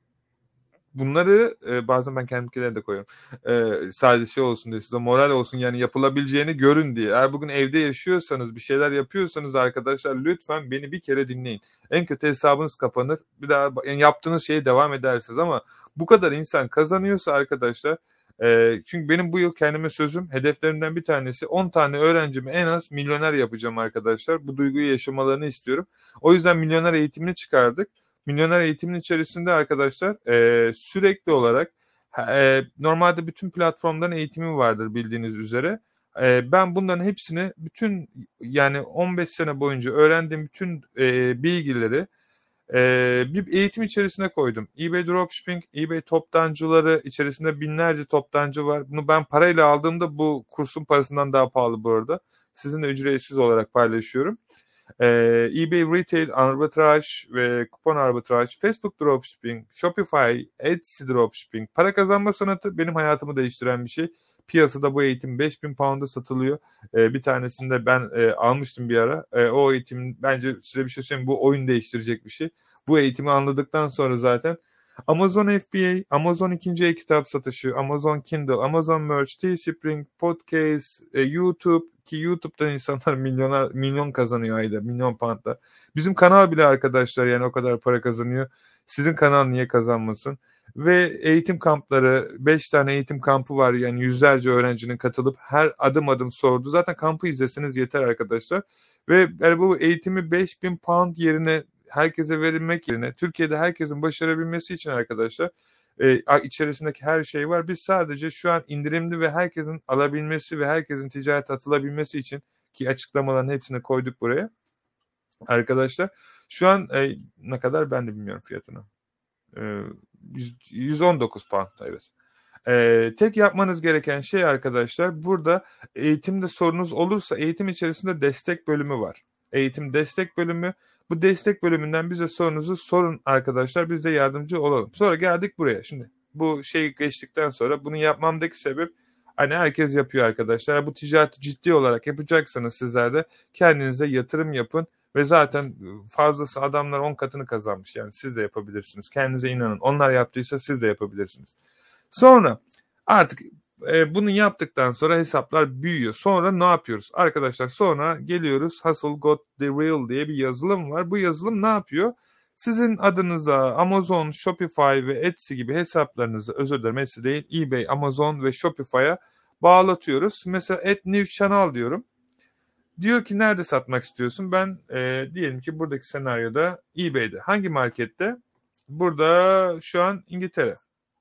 bunları e, bazen ben kendimkileri de koyuyorum. E, sadece şey olsun diye, size moral olsun, yani yapılabileceğini görün diye. Eğer bugün evde yaşıyorsanız, bir şeyler yapıyorsanız arkadaşlar, lütfen beni bir kere dinleyin. En kötü hesabınız kapanır. Bir daha yani yaptığınız şeye devam edersiniz ama bu kadar insan kazanıyorsa arkadaşlar, e, çünkü benim bu yıl kendime sözüm, hedeflerimden bir tanesi on tane öğrencimi en az milyoner yapacağım arkadaşlar. Bu duyguyu yaşamalarını istiyorum. O yüzden milyoner eğitimini çıkardık. Milyoner eğitimin içerisinde arkadaşlar e, sürekli olarak e, normalde bütün platformların eğitimi vardır bildiğiniz üzere. E, ben bunların hepsini, bütün yani on beş sene boyunca öğrendiğim bütün e, bilgileri e, bir eğitim içerisine koydum. eBay Dropshipping, eBay toptancıları, içerisinde binlerce toptancı var. Bunu ben parayla aldığımda bu kursun parasından daha pahalı bu arada. Sizinle ücretsiz olarak paylaşıyorum. Ee, eBay Retail, Arbitrage ve Kupon Arbitrage, Facebook Dropshipping, Shopify, Etsy Dropshipping. Para kazanma sanatı benim hayatımı değiştiren bir şey. Piyasada bu eğitim beş bin pound'a satılıyor. Ee, bir tanesini de ben e, almıştım bir ara. E, o eğitim bence, size bir şey söyleyeyim, bu oyun değiştirecek bir şey. Bu eğitimi anladıktan sonra zaten Amazon F B A, Amazon ikinci el kitap satışı, Amazon Kindle, Amazon Merch, Teespring, Podcast, e, YouTube, ki YouTube'dan insanlar milyoner, milyon kazanıyor ayda, milyon poundla. Bizim kanal bile arkadaşlar yani o kadar para kazanıyor. Sizin kanal niye kazanmasın? Ve eğitim kampları, beş tane eğitim kampı var. Yani yüzlerce öğrencinin katılıp her adım adım sordu. Zaten kampı izleseniz yeter arkadaşlar. Ve yani bu eğitimi beş bin pound yerine herkese verilmek yerine Türkiye'de herkesin başarabilmesi için arkadaşlar e, içerisindeki her şey var. Biz sadece şu an indirimli ve herkesin alabilmesi ve herkesin ticarete atılabilmesi için ki açıklamaların hepsini koyduk buraya. Arkadaşlar şu an e, ne kadar ben de bilmiyorum fiyatını. E, yüz on dokuz pound evet. Ee, tek yapmanız gereken şey arkadaşlar burada eğitimde sorunuz olursa eğitim içerisinde destek bölümü var. Eğitim destek bölümü. Bu destek bölümünden bize sorunuzu sorun arkadaşlar. Biz de yardımcı olalım. Sonra geldik buraya. Şimdi bu şeyi geçtikten sonra bunu yapmamdaki sebep hani herkes yapıyor arkadaşlar. Bu ticareti ciddi olarak yapacaksanız sizler de kendinize yatırım yapın. Ve zaten fazlası adamlar on katını kazanmış. Yani siz de yapabilirsiniz. Kendinize inanın. Onlar yaptıysa siz de yapabilirsiniz. Sonra artık e, bunu yaptıktan sonra hesaplar büyüyor. Sonra ne yapıyoruz? Arkadaşlar sonra geliyoruz Hustle Got The Real diye bir yazılım var. Bu yazılım ne yapıyor? Sizin adınıza Amazon, Shopify ve Etsy gibi hesaplarınızı, özür dilerim Etsy değil, eBay, Amazon ve Shopify'a bağlatıyoruz. Mesela Add New Channel diyorum. Diyor ki nerede satmak istiyorsun? Ben e, diyelim ki buradaki senaryoda eBay'de. Hangi markette? Burada şu an İngiltere.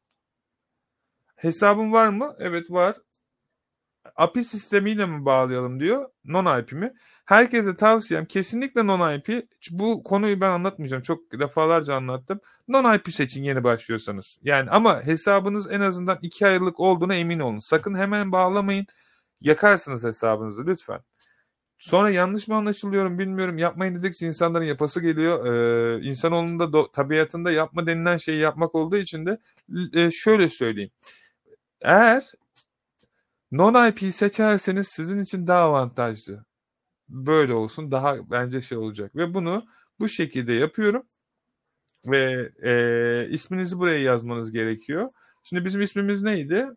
Hesabın var mı? Evet var. A P I sistemiyle mi bağlayalım diyor. Non-I P mi? Herkese tavsiyem kesinlikle non-I P. Bu konuyu ben anlatmayacağım. Çok defalarca anlattım. Non-I P seçin yeni başlıyorsanız. Yani ama hesabınız en azından iki aylık olduğuna emin olun. Sakın hemen bağlamayın. Yakarsınız hesabınızı lütfen. Sonra yanlış mı anlaşılıyorum bilmiyorum. Yapmayın dedikçe insanların yapası geliyor. Ee, insanoğlunun da do- tabiatında yapma denilen şeyi yapmak olduğu için de e, şöyle söyleyeyim. Eğer non-I P seçerseniz sizin için daha avantajlı. Böyle olsun daha bence şey olacak. Ve bunu bu şekilde yapıyorum. Ve e, isminizi buraya yazmanız gerekiyor. Şimdi bizim ismimiz neydi?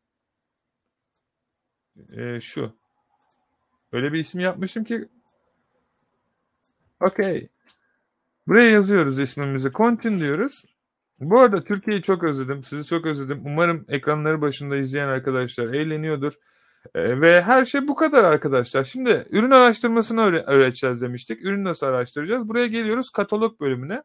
E, şu. Öyle bir isim yapmışım ki. Okey. Buraya yazıyoruz ismimizi. Continue diyoruz. Bu arada Türkiye'yi çok özledim. Sizi çok özledim. Umarım ekranları başında izleyen arkadaşlar eğleniyordur. Ee, ve her şey bu kadar arkadaşlar. Şimdi ürün araştırmasını öğre- öğreteceğiz demiştik. Ürün nasıl araştıracağız? Buraya geliyoruz katalog bölümüne.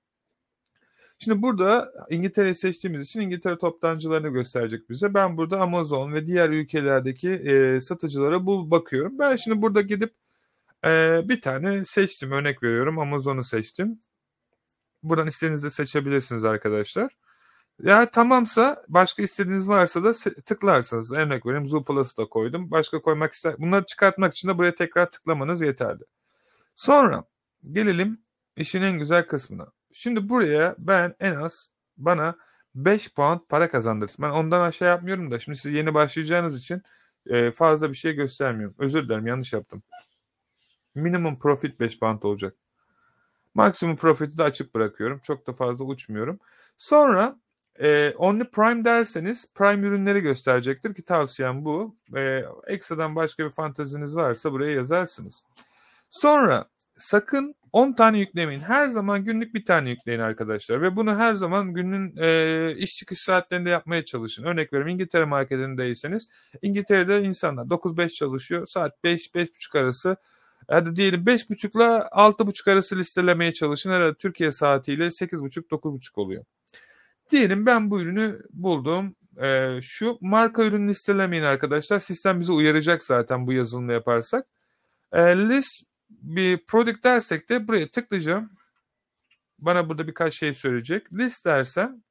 Şimdi burada İngiltere'yi seçtiğimiz için İngiltere toptancılarını gösterecek bize. Ben burada Amazon ve diğer ülkelerdeki e, satıcılara bul bakıyorum. Ben şimdi burada gidip e, bir tane seçtim. Örnek veriyorum. Amazon'u seçtim. Buradan istediğinizi seçebilirsiniz arkadaşlar. Eğer tamamsa başka istediğiniz varsa da tıklarsınız. Örnek vereyim Zooplus'u da koydum. Başka koymak ister. Bunları çıkartmak için de buraya tekrar tıklamanız yeterli. Sonra gelelim işin en güzel kısmına. Şimdi buraya ben en az bana beş pound para kazandırsın. Ben ondan aşağı yapmıyorum da şimdi siz yeni başlayacağınız için fazla bir şey göstermiyorum. Özür dilerim yanlış yaptım. Minimum profit beş pound olacak. Maksimum profit'i de açık bırakıyorum. Çok da fazla uçmuyorum. Sonra e, Only Prime derseniz Prime ürünleri gösterecektir ki tavsiyem bu. E, ekstradan başka bir fanteziniz varsa buraya yazarsınız. Sonra sakın on tane yüklemeyin. Her zaman günlük bir tane yükleyin arkadaşlar. Ve bunu her zaman günün e, iş çıkış saatlerinde yapmaya çalışın. Örnek veriyorum İngiltere marketindeyseniz İngiltere'de insanlar dokuz beş çalışıyor. Saat beş beş buçuk arası. Hadi diyelim beş buçuk ile altı buçuk arası listelemeye çalışın. Herhalde Türkiye saatiyle sekiz buçuk dokuz buçuk oluyor. Diyelim ben bu ürünü buldum. Ee, şu marka ürünü listelemeyin arkadaşlar. Sistem bizi uyaracak zaten bu yazılımı yaparsak. Ee, list bir product dersek de buraya tıklayacağım. Bana burada birkaç şey söyleyecek. List dersem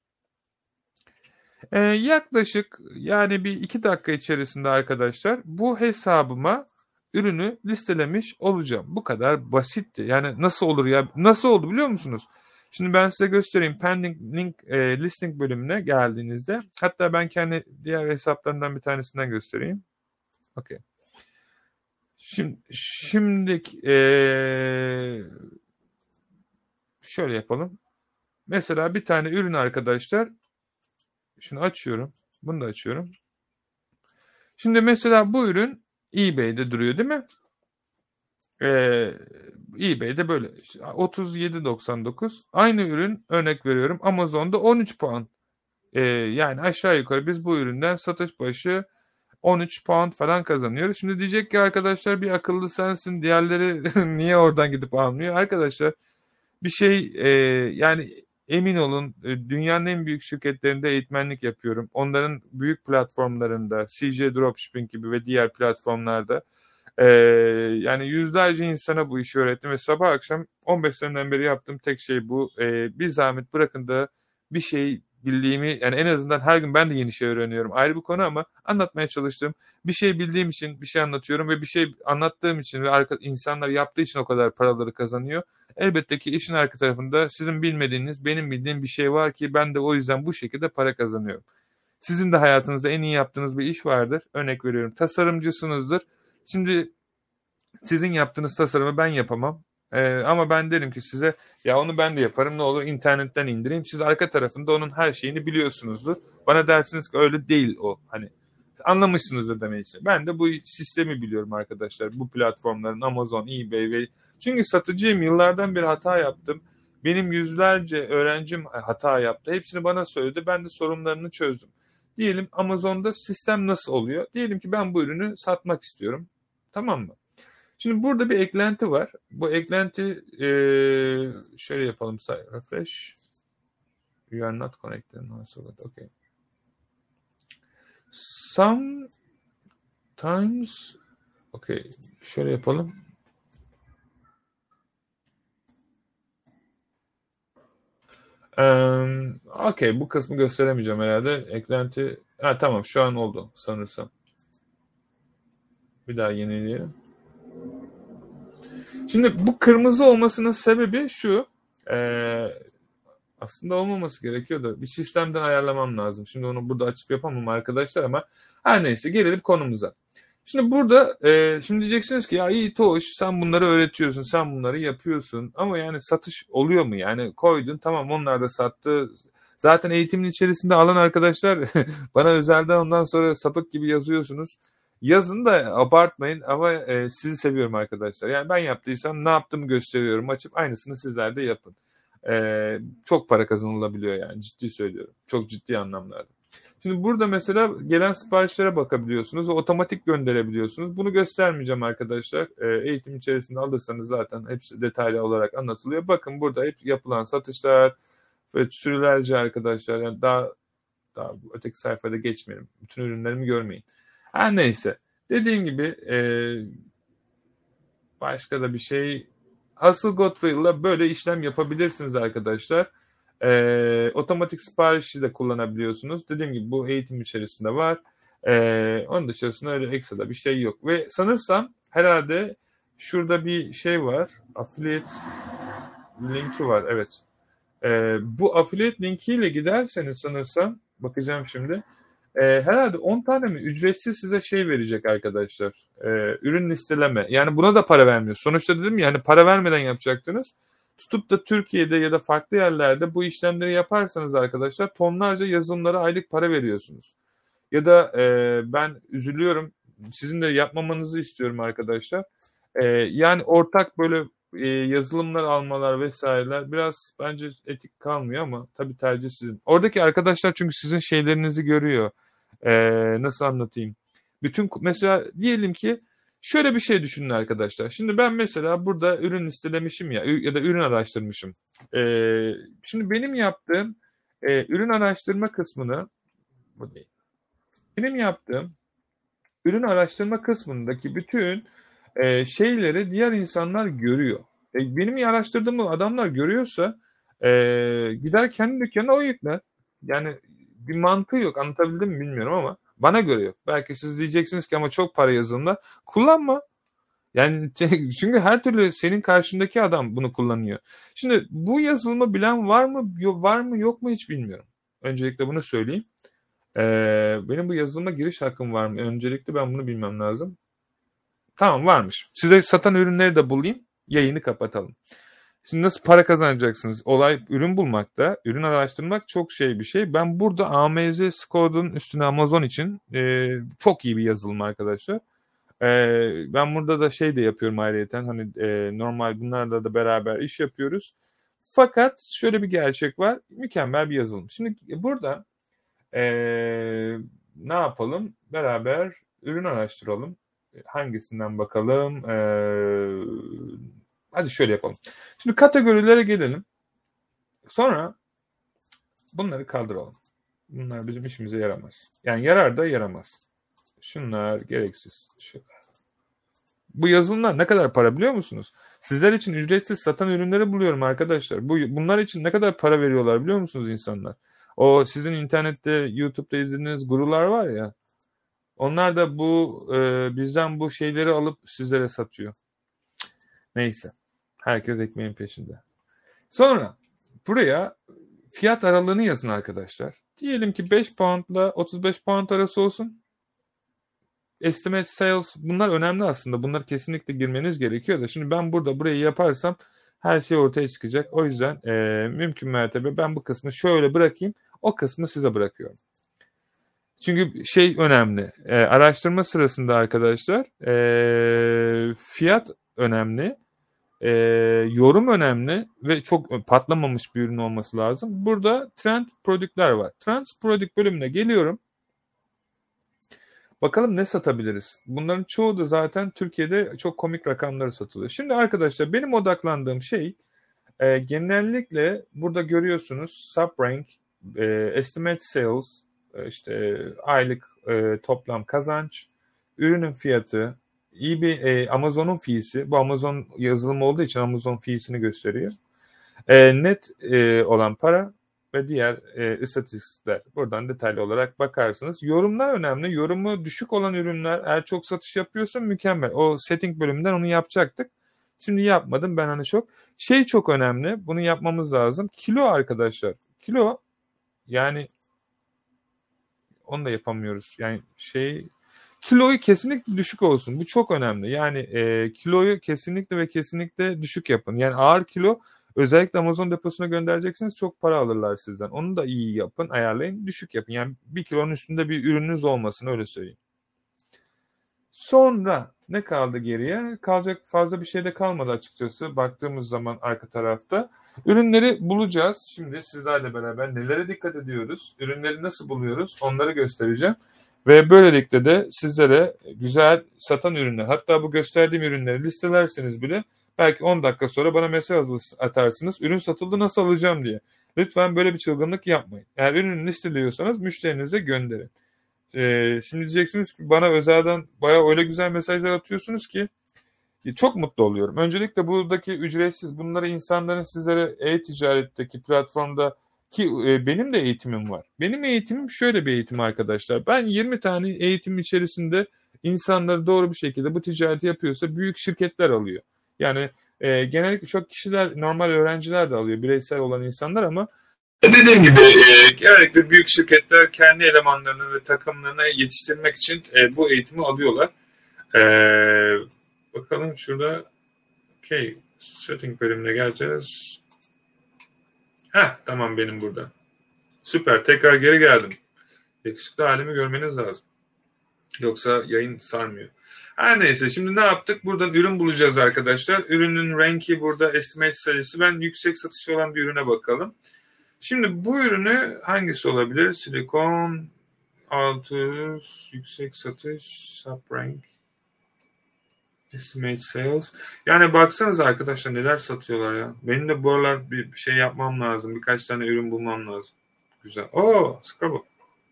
e, yaklaşık yani bir iki dakika içerisinde arkadaşlar bu hesabıma ürünü listelemiş olacağım. Bu kadar basitti. Yani nasıl olur ya? Nasıl oldu biliyor musunuz? Şimdi ben size göstereyim. Pending link e, listing bölümüne geldiğinizde hatta ben kendi diğer hesaplarımdan bir tanesinden göstereyim. Okey. Şimdi şimdi e, şöyle yapalım. Mesela bir tane ürün arkadaşlar. Şunu açıyorum. Bunu da açıyorum. Şimdi mesela bu ürün eBay'de duruyor değil mi? Ee, eBay'de böyle otuz yedi doksan dokuz. Aynı ürün örnek veriyorum Amazon'da on üç puan. e, yani aşağı yukarı biz bu üründen satış başı on üç pound falan kazanıyoruz. Şimdi diyecek ki arkadaşlar bir akıllı sensin, diğerleri niye oradan gidip almıyor? Arkadaşlar bir şey e, yani emin olun e, dünyanın en büyük şirketlerinde eğitmenlik yapıyorum. Onların büyük platformlarında C J Dropshipping gibi ve diğer platformlarda e, yani yüzlerce insana bu işi öğrettim ve sabah akşam on beş seneden beri yaptığım tek şey bu. E, bir zahmet bırakın da bir şey bildiğimi, yani en azından her gün ben de yeni şey öğreniyorum. Ayrı bir konu ama anlatmaya çalıştığım bir şey bildiğim için bir şey anlatıyorum ve bir şey anlattığım için ve arka, insanlar yaptığı için o kadar paraları kazanıyor. Elbette ki işin arka tarafında sizin bilmediğiniz, benim bildiğim bir şey var ki ben de o yüzden bu şekilde para kazanıyorum. Sizin de hayatınızda en iyi yaptığınız bir iş vardır. Örnek veriyorum, tasarımcısınızdır. Şimdi sizin yaptığınız tasarımı ben yapamam. Ee, ama ben derim ki size ya onu ben de yaparım, ne olur internetten indireyim. Siz arka tarafında onun her şeyini biliyorsunuzdur. Bana dersiniz ki öyle değil o. Hani anlamışsınızdır demek için. Ben de bu sistemi biliyorum arkadaşlar. Bu platformların Amazon, eBay ve çünkü satıcıyım, yıllardan beri hata yaptım. Benim yüzlerce öğrencim hata yaptı. Hepsini bana söyledi. Ben de sorunlarını çözdüm. Diyelim Amazon'da sistem nasıl oluyor? Diyelim ki ben bu ürünü satmak istiyorum. Tamam mı? Şimdi burada bir eklenti var. Bu eklenti e, şöyle yapalım. Refresh. You are not connected. Okay. Sometimes okay. Şöyle yapalım. Um, okay. Bu kısmı gösteremeyeceğim herhalde. Eklenti. Ha, tamam, şu an oldu sanırsam. Bir daha yenileyelim. Şimdi bu kırmızı olmasının sebebi şu. Ee, aslında olmaması gerekiyor da bir sistemden ayarlamam lazım. Şimdi onu burada açıp yapamam arkadaşlar ama her neyse gelelim konumuza. Şimdi burada e, şimdi diyeceksiniz ki ya iyi Toş, sen bunları öğretiyorsun, sen bunları yapıyorsun ama yani satış oluyor mu? Yani koydun, tamam, onlar da sattı. Zaten eğitimin içerisinde alan arkadaşlar bana özelden ondan sonra sapık gibi yazıyorsunuz. Yazın da abartmayın ama e, sizi seviyorum arkadaşlar. Yani ben yaptıysam ne yaptığımı gösteriyorum. Açıp aynısını sizler de yapın. E, çok para kazanılabiliyor yani, ciddi söylüyorum. Çok ciddi anlamlarda. Şimdi burada mesela gelen siparişlere bakabiliyorsunuz ve otomatik gönderebiliyorsunuz. Bunu göstermeyeceğim arkadaşlar. E, eğitim içerisinde alırsanız zaten hepsi detaylı olarak anlatılıyor. Bakın burada hep yapılan satışlar ve sürülerce arkadaşlar. Yani daha daha öteki sayfada geçmeyelim. Bütün ürünlerimi görmeyin. Her neyse. Dediğim gibi e, başka da bir şey. Hustle Godfrey'la böyle işlem yapabilirsiniz arkadaşlar. E, otomatik siparişi de kullanabiliyorsunuz. Dediğim gibi bu eğitim içerisinde var. E, onun dışarısında öyle ekstra bir şey yok. Ve sanırsam herhalde şurada bir şey var. Affiliate linki var. Evet. E, bu affiliate linkiyle giderseniz sanırsam, bakacağım şimdi. E, herhalde on tane mi ücretsiz size şey verecek arkadaşlar. E, ürün listeleme. Yani buna da para vermiyor. Sonuçta dedim ya, hani para vermeden yapacaktınız. Tutup da Türkiye'de ya da farklı yerlerde bu işlemleri yaparsanız arkadaşlar tonlarca yazılımlara aylık para veriyorsunuz. Ya da e, ben üzülüyorum. Sizin de yapmamanızı istiyorum arkadaşlar. E, yani ortak böyle e, yazılımlar almalar vesaireler biraz bence etik kalmıyor ama tabii tercih sizin. Oradaki arkadaşlar çünkü sizin şeylerinizi görüyor. E, nasıl anlatayım? Bütün mesela diyelim ki şöyle bir şey düşünün arkadaşlar. Şimdi ben mesela burada ürün listelemişim ya ya da ürün araştırmışım. E, şimdi benim yaptığım e, ürün araştırma kısmını bu değil. Benim yaptığım ürün araştırma kısmındaki bütün e, şeyleri diğer insanlar görüyor. E, benim araştırdığımı adamlar görüyorsa e, gider kendi dükkanına o yükler. Yani bir mantığı yok. Anlatabildim mi bilmiyorum ama bana göre yok. Belki siz diyeceksiniz ki ama çok para yazılımlar. Kullanma. Yani çünkü her türlü senin karşındaki adam bunu kullanıyor. Şimdi bu yazılımı bilen var mı var mı yok mu hiç bilmiyorum. Öncelikle bunu söyleyeyim. Ee, benim bu yazılıma giriş hakkım var mı? Öncelikle ben bunu bilmem lazım. Tamam, varmış. Size satan ürünleri de bulayım. Yayını kapatalım. Şimdi nasıl para kazanacaksınız? Olay ürün bulmakta. Ürün araştırmak çok şey bir şey. Ben burada A M Z Score'un üstüne Amazon için e, çok iyi bir yazılım arkadaşlar. E, ben burada da şey de yapıyorum ayrıyeten. Hani e, normal bunlarla da beraber iş yapıyoruz. Fakat şöyle bir gerçek var. Mükemmel bir yazılım. Şimdi burada Ee, ne yapalım? Beraber ürün araştıralım. Hangisinden bakalım? Ee, hadi şöyle yapalım. Şimdi kategorilere gelelim. Sonra bunları kaldıralım. Bunlar bizim işimize yaramaz. Yani yarar da yaramaz. Şunlar gereksiz. Şunlar. Bu yazılımlar ne kadar para biliyor musunuz? Sizler için ücretsiz satan ürünleri buluyorum arkadaşlar. Bu bunlar için ne kadar para veriyorlar biliyor musunuz insanlar? O sizin internette, YouTube'da izlediğiniz gurular var ya. Onlar da bu e, bizden bu şeyleri alıp sizlere satıyor. Neyse. Herkes ekmeğin peşinde. Sonra buraya fiyat aralığını yazın arkadaşlar. Diyelim ki beş poundla otuz beş pound arası olsun. Estimate sales bunlar önemli aslında. Bunları kesinlikle girmeniz gerekiyor da. Şimdi ben burada burayı yaparsam her şey ortaya çıkacak. O yüzden e, mümkün mertebe ben bu kısmı şöyle bırakayım. O kısmı size bırakıyorum. Çünkü şey önemli. E, araştırma sırasında arkadaşlar e, fiyat önemli. E, yorum önemli ve çok patlamamış bir ürün olması lazım. Burada trend prodüktler var. Trend prodük bölümüne geliyorum. Bakalım ne satabiliriz? Bunların çoğu da zaten Türkiye'de çok komik rakamları satılıyor. Şimdi arkadaşlar benim odaklandığım şey e, genellikle burada görüyorsunuz subrank, e, estimate sales, e, işte e, aylık e, toplam kazanç, ürünün fiyatı, eBay, e, Amazon'un fiyisi. Bu Amazon yazılımı olduğu için Amazon fiyisini gösteriyor. E, net e, olan para ve diğer e, istatistikler. Buradan detaylı olarak bakarsınız. Yorumlar önemli. Yorumu düşük olan ürünler eğer çok satış yapıyorsa mükemmel. O setting bölümünden onu yapacaktık. Şimdi yapmadım ben hani çok. Şey çok önemli. Bunu yapmamız lazım. Kilo arkadaşlar. Kilo yani onu da yapamıyoruz. Yani şey kiloyu kesinlikle düşük olsun. Bu çok önemli. Yani e, kiloyu kesinlikle ve kesinlikle düşük yapın. Yani ağır kilo özellikle Amazon deposuna göndereceksiniz çok para alırlar sizden. Onu da iyi yapın, ayarlayın, düşük yapın. Yani bir kilonun üstünde bir ürününüz olmasın öyle söyleyeyim. Sonra ne kaldı geriye? Kalacak fazla bir şey de kalmadı açıkçası. Baktığımız zaman arka tarafta. Ürünleri bulacağız. Şimdi sizlerle beraber nelere dikkat ediyoruz? Ürünleri nasıl buluyoruz? Onları göstereceğim. Ve böylelikle de sizlere güzel satan ürünler, hatta bu gösterdiğim ürünleri listelerseniz bile belki on dakika sonra bana mesaj atarsınız. Ürün satıldı nasıl alacağım diye. Lütfen böyle bir çılgınlık yapmayın. Eğer ürünü listeliyorsanız müşterinize gönderin. Ee, şimdi diyeceksiniz ki bana özelden bayağı öyle güzel mesajlar atıyorsunuz ki çok mutlu oluyorum. Öncelikle buradaki ücretsiz bunları insanların sizlere e-ticaretteki platformda ki e, benim de eğitimim var. Benim eğitimim şöyle bir eğitim arkadaşlar. Ben yirmi tane eğitim içerisinde insanları doğru bir şekilde bu ticareti yapıyorsa büyük şirketler alıyor. Yani e, genellikle çok kişiler normal öğrenciler de alıyor. Bireysel olan insanlar ama dediğim gibi e, genellikle büyük şirketler kendi elemanlarını ve takımlarını yetiştirmek için e, bu eğitimi alıyorlar. E, bakalım şurada okay, setting bölümüne geleceğiz. Heh tamam benim burada. Süper tekrar geri geldim. Yakışıklı halimi görmeniz lazım. Yoksa yayın sarmıyor. Her neyse şimdi ne yaptık? Buradan ürün bulacağız arkadaşlar. Ürünün renki burada estimate sayısı. Ben yüksek satışı olan bir ürüne bakalım. Şimdi bu ürünü hangisi olabilir? Silikon, altı yüz, yüksek satış, subrank, estimate sales. Yani baksanız arkadaşlar neler satıyorlar ya. Benim de bu aralar bir şey yapmam lazım. Birkaç tane ürün bulmam lazım. Güzel. Oo, Scrabble.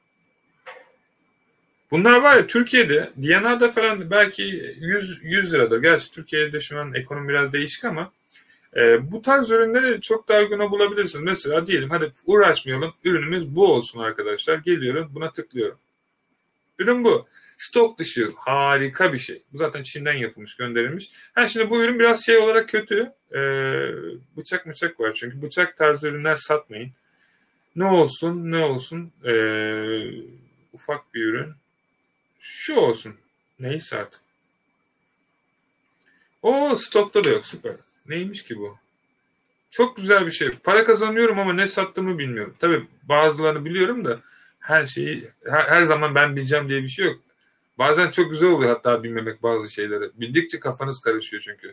Bunlar var ya Türkiye'de, D N R'da falan belki yüz, yüz liradır. Gerçi Türkiye'de şu an ekonomi biraz değişik ama e, bu tarz ürünleri çok daha uyguna bulabilirsiniz. Mesela diyelim hadi uğraşmayalım. Ürünümüz bu olsun arkadaşlar. Geliyorum buna tıklıyorum. Ürün bu. Stok dışı harika bir şey. Bu zaten Çin'den yapılmış, gönderilmiş. Ha şimdi bu ürün biraz şey olarak kötü. Ee, bıçak bıçak var çünkü. Bıçak tarzı ürünler satmayın. Ne olsun ne olsun. Ee, ufak bir ürün. Şu olsun. Neyse artık. O stokta da yok. Süper. Neymiş ki bu? Çok güzel bir şey. Para kazanıyorum ama ne sattığımı bilmiyorum. Tabii bazılarını biliyorum da her şeyi her, her zaman ben bileceğim diye bir şey yok. Bazen çok güzel oluyor hatta bilmemek bazı şeyleri. Bildikçe kafanız karışıyor çünkü.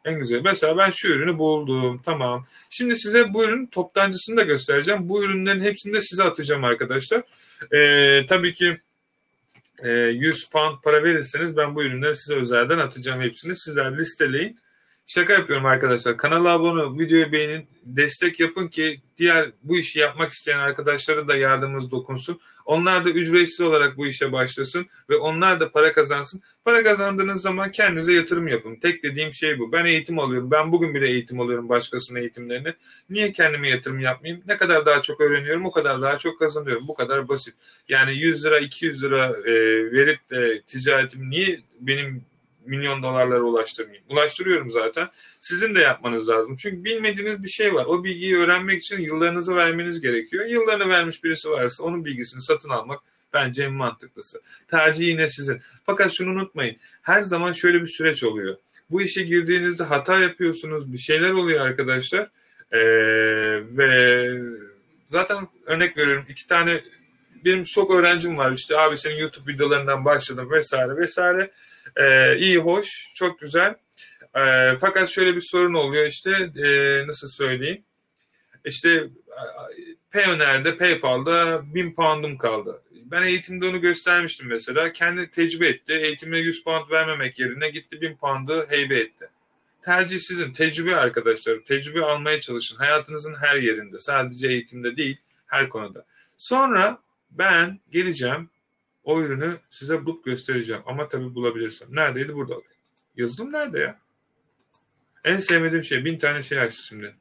En güzel. Mesela ben şu ürünü buldum. Tamam. Şimdi size bu ürünün toptancısını da göstereceğim. Bu ürünlerin hepsini de size atacağım arkadaşlar. Ee, tabii ki e, yüz pound para verirseniz ben bu ürünleri size özelden atacağım hepsini. Sizler listeleyin. Şaka yapıyorum arkadaşlar. Kanala abone olun, videoyu beğenin, destek yapın ki diğer bu işi yapmak isteyen arkadaşlara da yardımınız dokunsun. Onlar da ücretsiz olarak bu işe başlasın ve onlar da para kazansın. Para kazandığınız zaman kendinize yatırım yapın. Tek dediğim şey bu. Ben eğitim alıyorum. Ben bugün bile eğitim alıyorum başkasının eğitimlerini. Niye kendime yatırım yapmayayım? Ne kadar daha çok öğreniyorum o kadar daha çok kazanıyorum. Bu kadar basit. Yani yüz lira iki yüz lira e, verip de ticaretimi niye benim milyon dolarlara ulaştırmayayım? Ulaştırıyorum zaten. Sizin de yapmanız lazım. Çünkü bilmediğiniz bir şey var. O bilgiyi öğrenmek için yıllarınızı vermeniz gerekiyor. Yıllarını vermiş birisi varsa onun bilgisini satın almak bence en mantıklısı. Tercih yine sizin. Fakat şunu unutmayın. Her zaman şöyle bir süreç oluyor. Bu işe girdiğinizde hata yapıyorsunuz. Bir şeyler oluyor arkadaşlar. Ee, ve zaten örnek veriyorum. iki tane benim çok öğrencim var. İşte abi senin YouTube videolarından başladım vesaire vesaire. Ee, iyi, hoş, çok güzel. Ee, fakat şöyle bir sorun oluyor işte e, nasıl söyleyeyim? İşte Payoneer'de, PayPal'da bin pound'um kaldı. Ben eğitimde onu göstermiştim mesela. Kendi tecrübe etti. Eğitime yüz pound vermemek yerine gitti bin pound'u heybe etti. Tercih sizin. Tecrübe arkadaşlar. Tecrübe almaya çalışın. Hayatınızın her yerinde. Sadece eğitimde değil, her konuda. Sonra ben geleceğim. O ürünü size bulup göstereceğim. Ama tabii bulabilirsem. Neredeydi? Burada. Yazılım nerede ya? En sevmediğim şey. Bin tane şey açtı şimdi.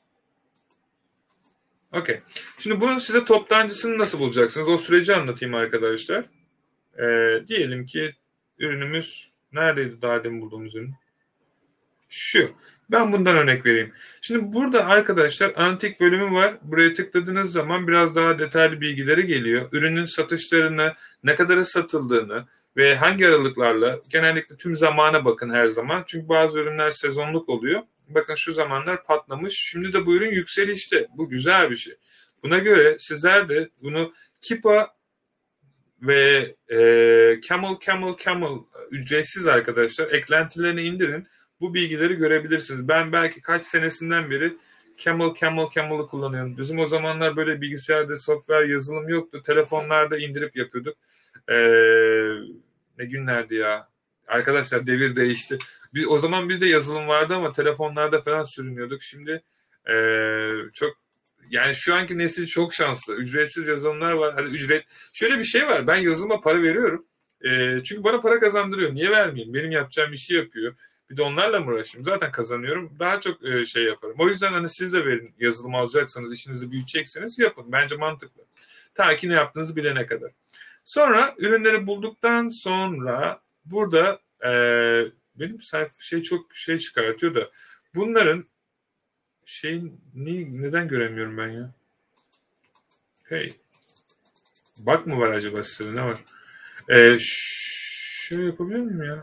Okey. Şimdi bunun size toptancısını nasıl bulacaksınız? O süreci anlatayım arkadaşlar. Ee, diyelim ki ürünümüz neredeydi daha demin bulduğumuz ürün? Şu. Ben bundan örnek vereyim. Şimdi burada arkadaşlar analitik bölümü var. Buraya tıkladığınız zaman biraz daha detaylı bilgileri geliyor. Ürünün satışlarını, ne kadara satıldığını ve hangi aralıklarla, genellikle tüm zamana bakın her zaman. Çünkü bazı ürünler sezonluk oluyor. Bakın şu zamanlar patlamış. Şimdi de bu ürün yükselişte. Bu güzel bir şey. Buna göre sizler de bunu Kipa ve e, Camel Camel Camel ücretsiz arkadaşlar eklentilerini indirin. Bu bilgileri görebilirsiniz. Ben belki kaç senesinden beri Camel Camel Camel'ı kullanıyorum. Bizim o zamanlar böyle bilgisayarda software yazılım yoktu. Telefonlarda indirip yapıyorduk. Ee, ne günlerdi ya. Arkadaşlar devir değişti. Bir, o zaman bizde yazılım vardı ama telefonlarda falan sürünüyorduk. Şimdi ee, çok yani şu anki nesil çok şanslı. Ücretsiz yazılımlar var. Hadi ücret. Şöyle bir şey var. Ben yazılıma para veriyorum. E, çünkü bana para kazandırıyor. Niye vermeyeyim? Benim yapacağım işi yapıyor. Bir de onlarla mı uğraşayım? Zaten kazanıyorum. Daha çok e, şey yaparım. O yüzden hani siz de verin. Yazılım alacaksanız, işinizi büyütecekseniz yapın. Bence mantıklı. Ta ki ne yaptığınızı bilene kadar. Sonra ürünleri bulduktan sonra burada e, benim sayfa şey çok şey çıkartıyor da bunların şey neden göremiyorum ben ya? Hey. Bug mı var acaba size? Ne var? Ee, şöyle yapabilir miyim ya?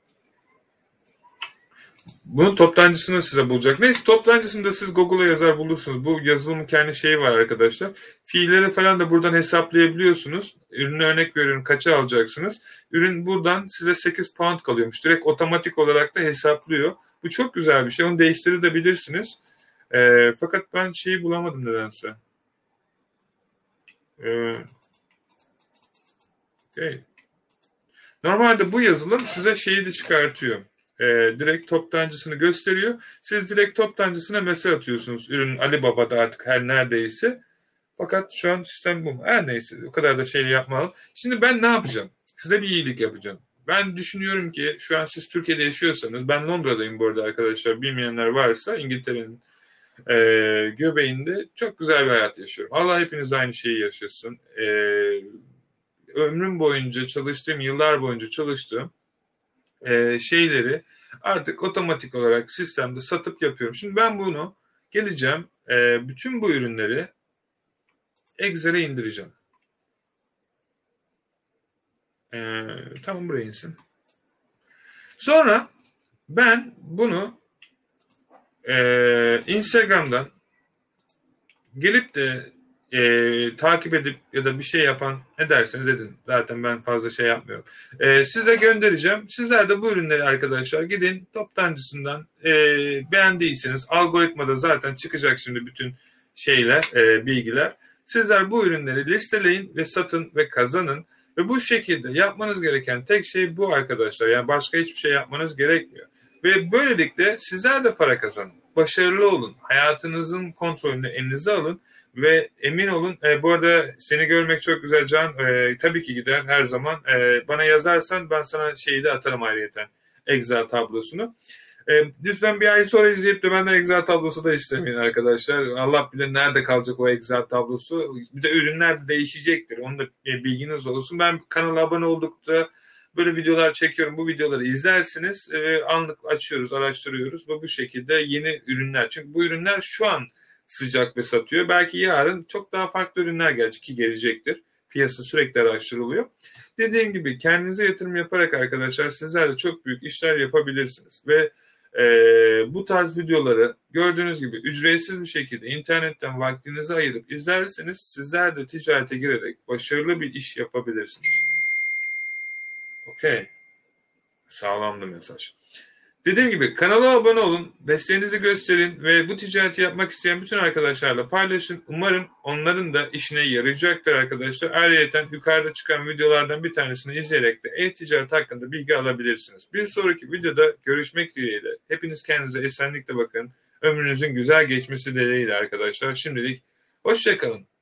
Bunun toptancısını size bulacak. Neyse toptancısını da siz Google'a yazar bulursunuz. Bu yazılımın kendi şeyi var arkadaşlar. Fiilleri falan da buradan hesaplayabiliyorsunuz. Ürünü örnek veriyorum kaça alacaksınız. Ürün buradan size sekiz pound kalıyormuş. Direkt otomatik olarak da hesaplıyor. Bu çok güzel bir şey. Onu değiştirebilirsiniz. E, fakat ben şeyi bulamadım nedense. E, okay. Normalde bu yazılım size şeyi de çıkartıyor. E, direkt toptancısını gösteriyor. Siz direkt toptancısına mesaj atıyorsunuz. Ürün Alibaba'da artık her neredeyse. Fakat şu an sistem bu. Her neyse o kadar da şey yapmalı. Şimdi ben ne yapacağım? Size bir iyilik yapacağım. Ben düşünüyorum ki şu an siz Türkiye'de yaşıyorsanız, ben Londra'dayım bu arada arkadaşlar. Bilmeyenler varsa İngiltere'nin e, göbeğinde çok güzel bir hayat yaşıyorum. Allah hepiniz aynı şeyi yaşasın. E, ömrüm boyunca çalıştığım, yıllar boyunca çalıştığım e, şeyleri artık otomatik olarak sistemde satıp yapıyorum. Şimdi ben bunu geleceğim. E, bütün bu ürünleri Excel'e indireceğim. E, tamam buraya insin. Sonra ben bunu e, Instagram'dan gelip de e, takip edip ya da bir şey yapan ne derseniz edin. Zaten ben fazla şey yapmıyorum. E, size göndereceğim. Sizler de bu ürünleri arkadaşlar gidin toptancısından e, beğendiyseniz algoritmada zaten çıkacak şimdi bütün şeyler, e, bilgiler. Sizler bu ürünleri listeleyin ve satın ve kazanın. Ve bu şekilde yapmanız gereken tek şey bu arkadaşlar. Yani başka hiçbir şey yapmanız gerekmiyor. Ve böylelikle sizler de para kazanın. Başarılı olun. Hayatınızın kontrolünü elinize alın. Ve emin olun, e, bu arada seni görmek çok güzel Can. E, tabii ki gider her zaman. E, bana yazarsan ben sana şeyi de atarım ayrıyeten. Excel tablosunu. E, lütfen bir ay sonra izleyip de benden Excel tablosu da istemeyin arkadaşlar. Allah bilir nerede kalacak o Excel tablosu. Bir de ürünler de değişecektir. Onu da e, bilginiz olsun. Ben kanala abone oldukça böyle videolar çekiyorum. Bu videoları izlersiniz. E, anlık açıyoruz, araştırıyoruz ve bu şekilde yeni ürünler. Çünkü bu ürünler şu an sıcak ve satıyor. Belki yarın çok daha farklı ürünler gelecek ki gelecektir. Piyasa sürekli araştırılıyor. Dediğim gibi kendinize yatırım yaparak arkadaşlar sizler de çok büyük işler yapabilirsiniz. Ve e, bu tarz videoları gördüğünüz gibi ücretsiz bir şekilde internetten vaktinizi ayırıp izlerseniz sizler de ticarete girerek başarılı bir iş yapabilirsiniz. Okey. Sağlamdı mesaj. Dediğim gibi kanala abone olun, desteğinizi gösterin ve bu ticareti yapmak isteyen bütün arkadaşlarla paylaşın. Umarım onların da işine yarayacaktır arkadaşlar. Ayrıca yukarıda çıkan videolardan bir tanesini izleyerek de e-ticaret hakkında bilgi alabilirsiniz. Bir sonraki videoda görüşmek dileğiyle. Hepiniz kendinize esenlikle bakın. Ömrünüzün güzel geçmesi dileğiyle arkadaşlar. Şimdilik hoşça kalın.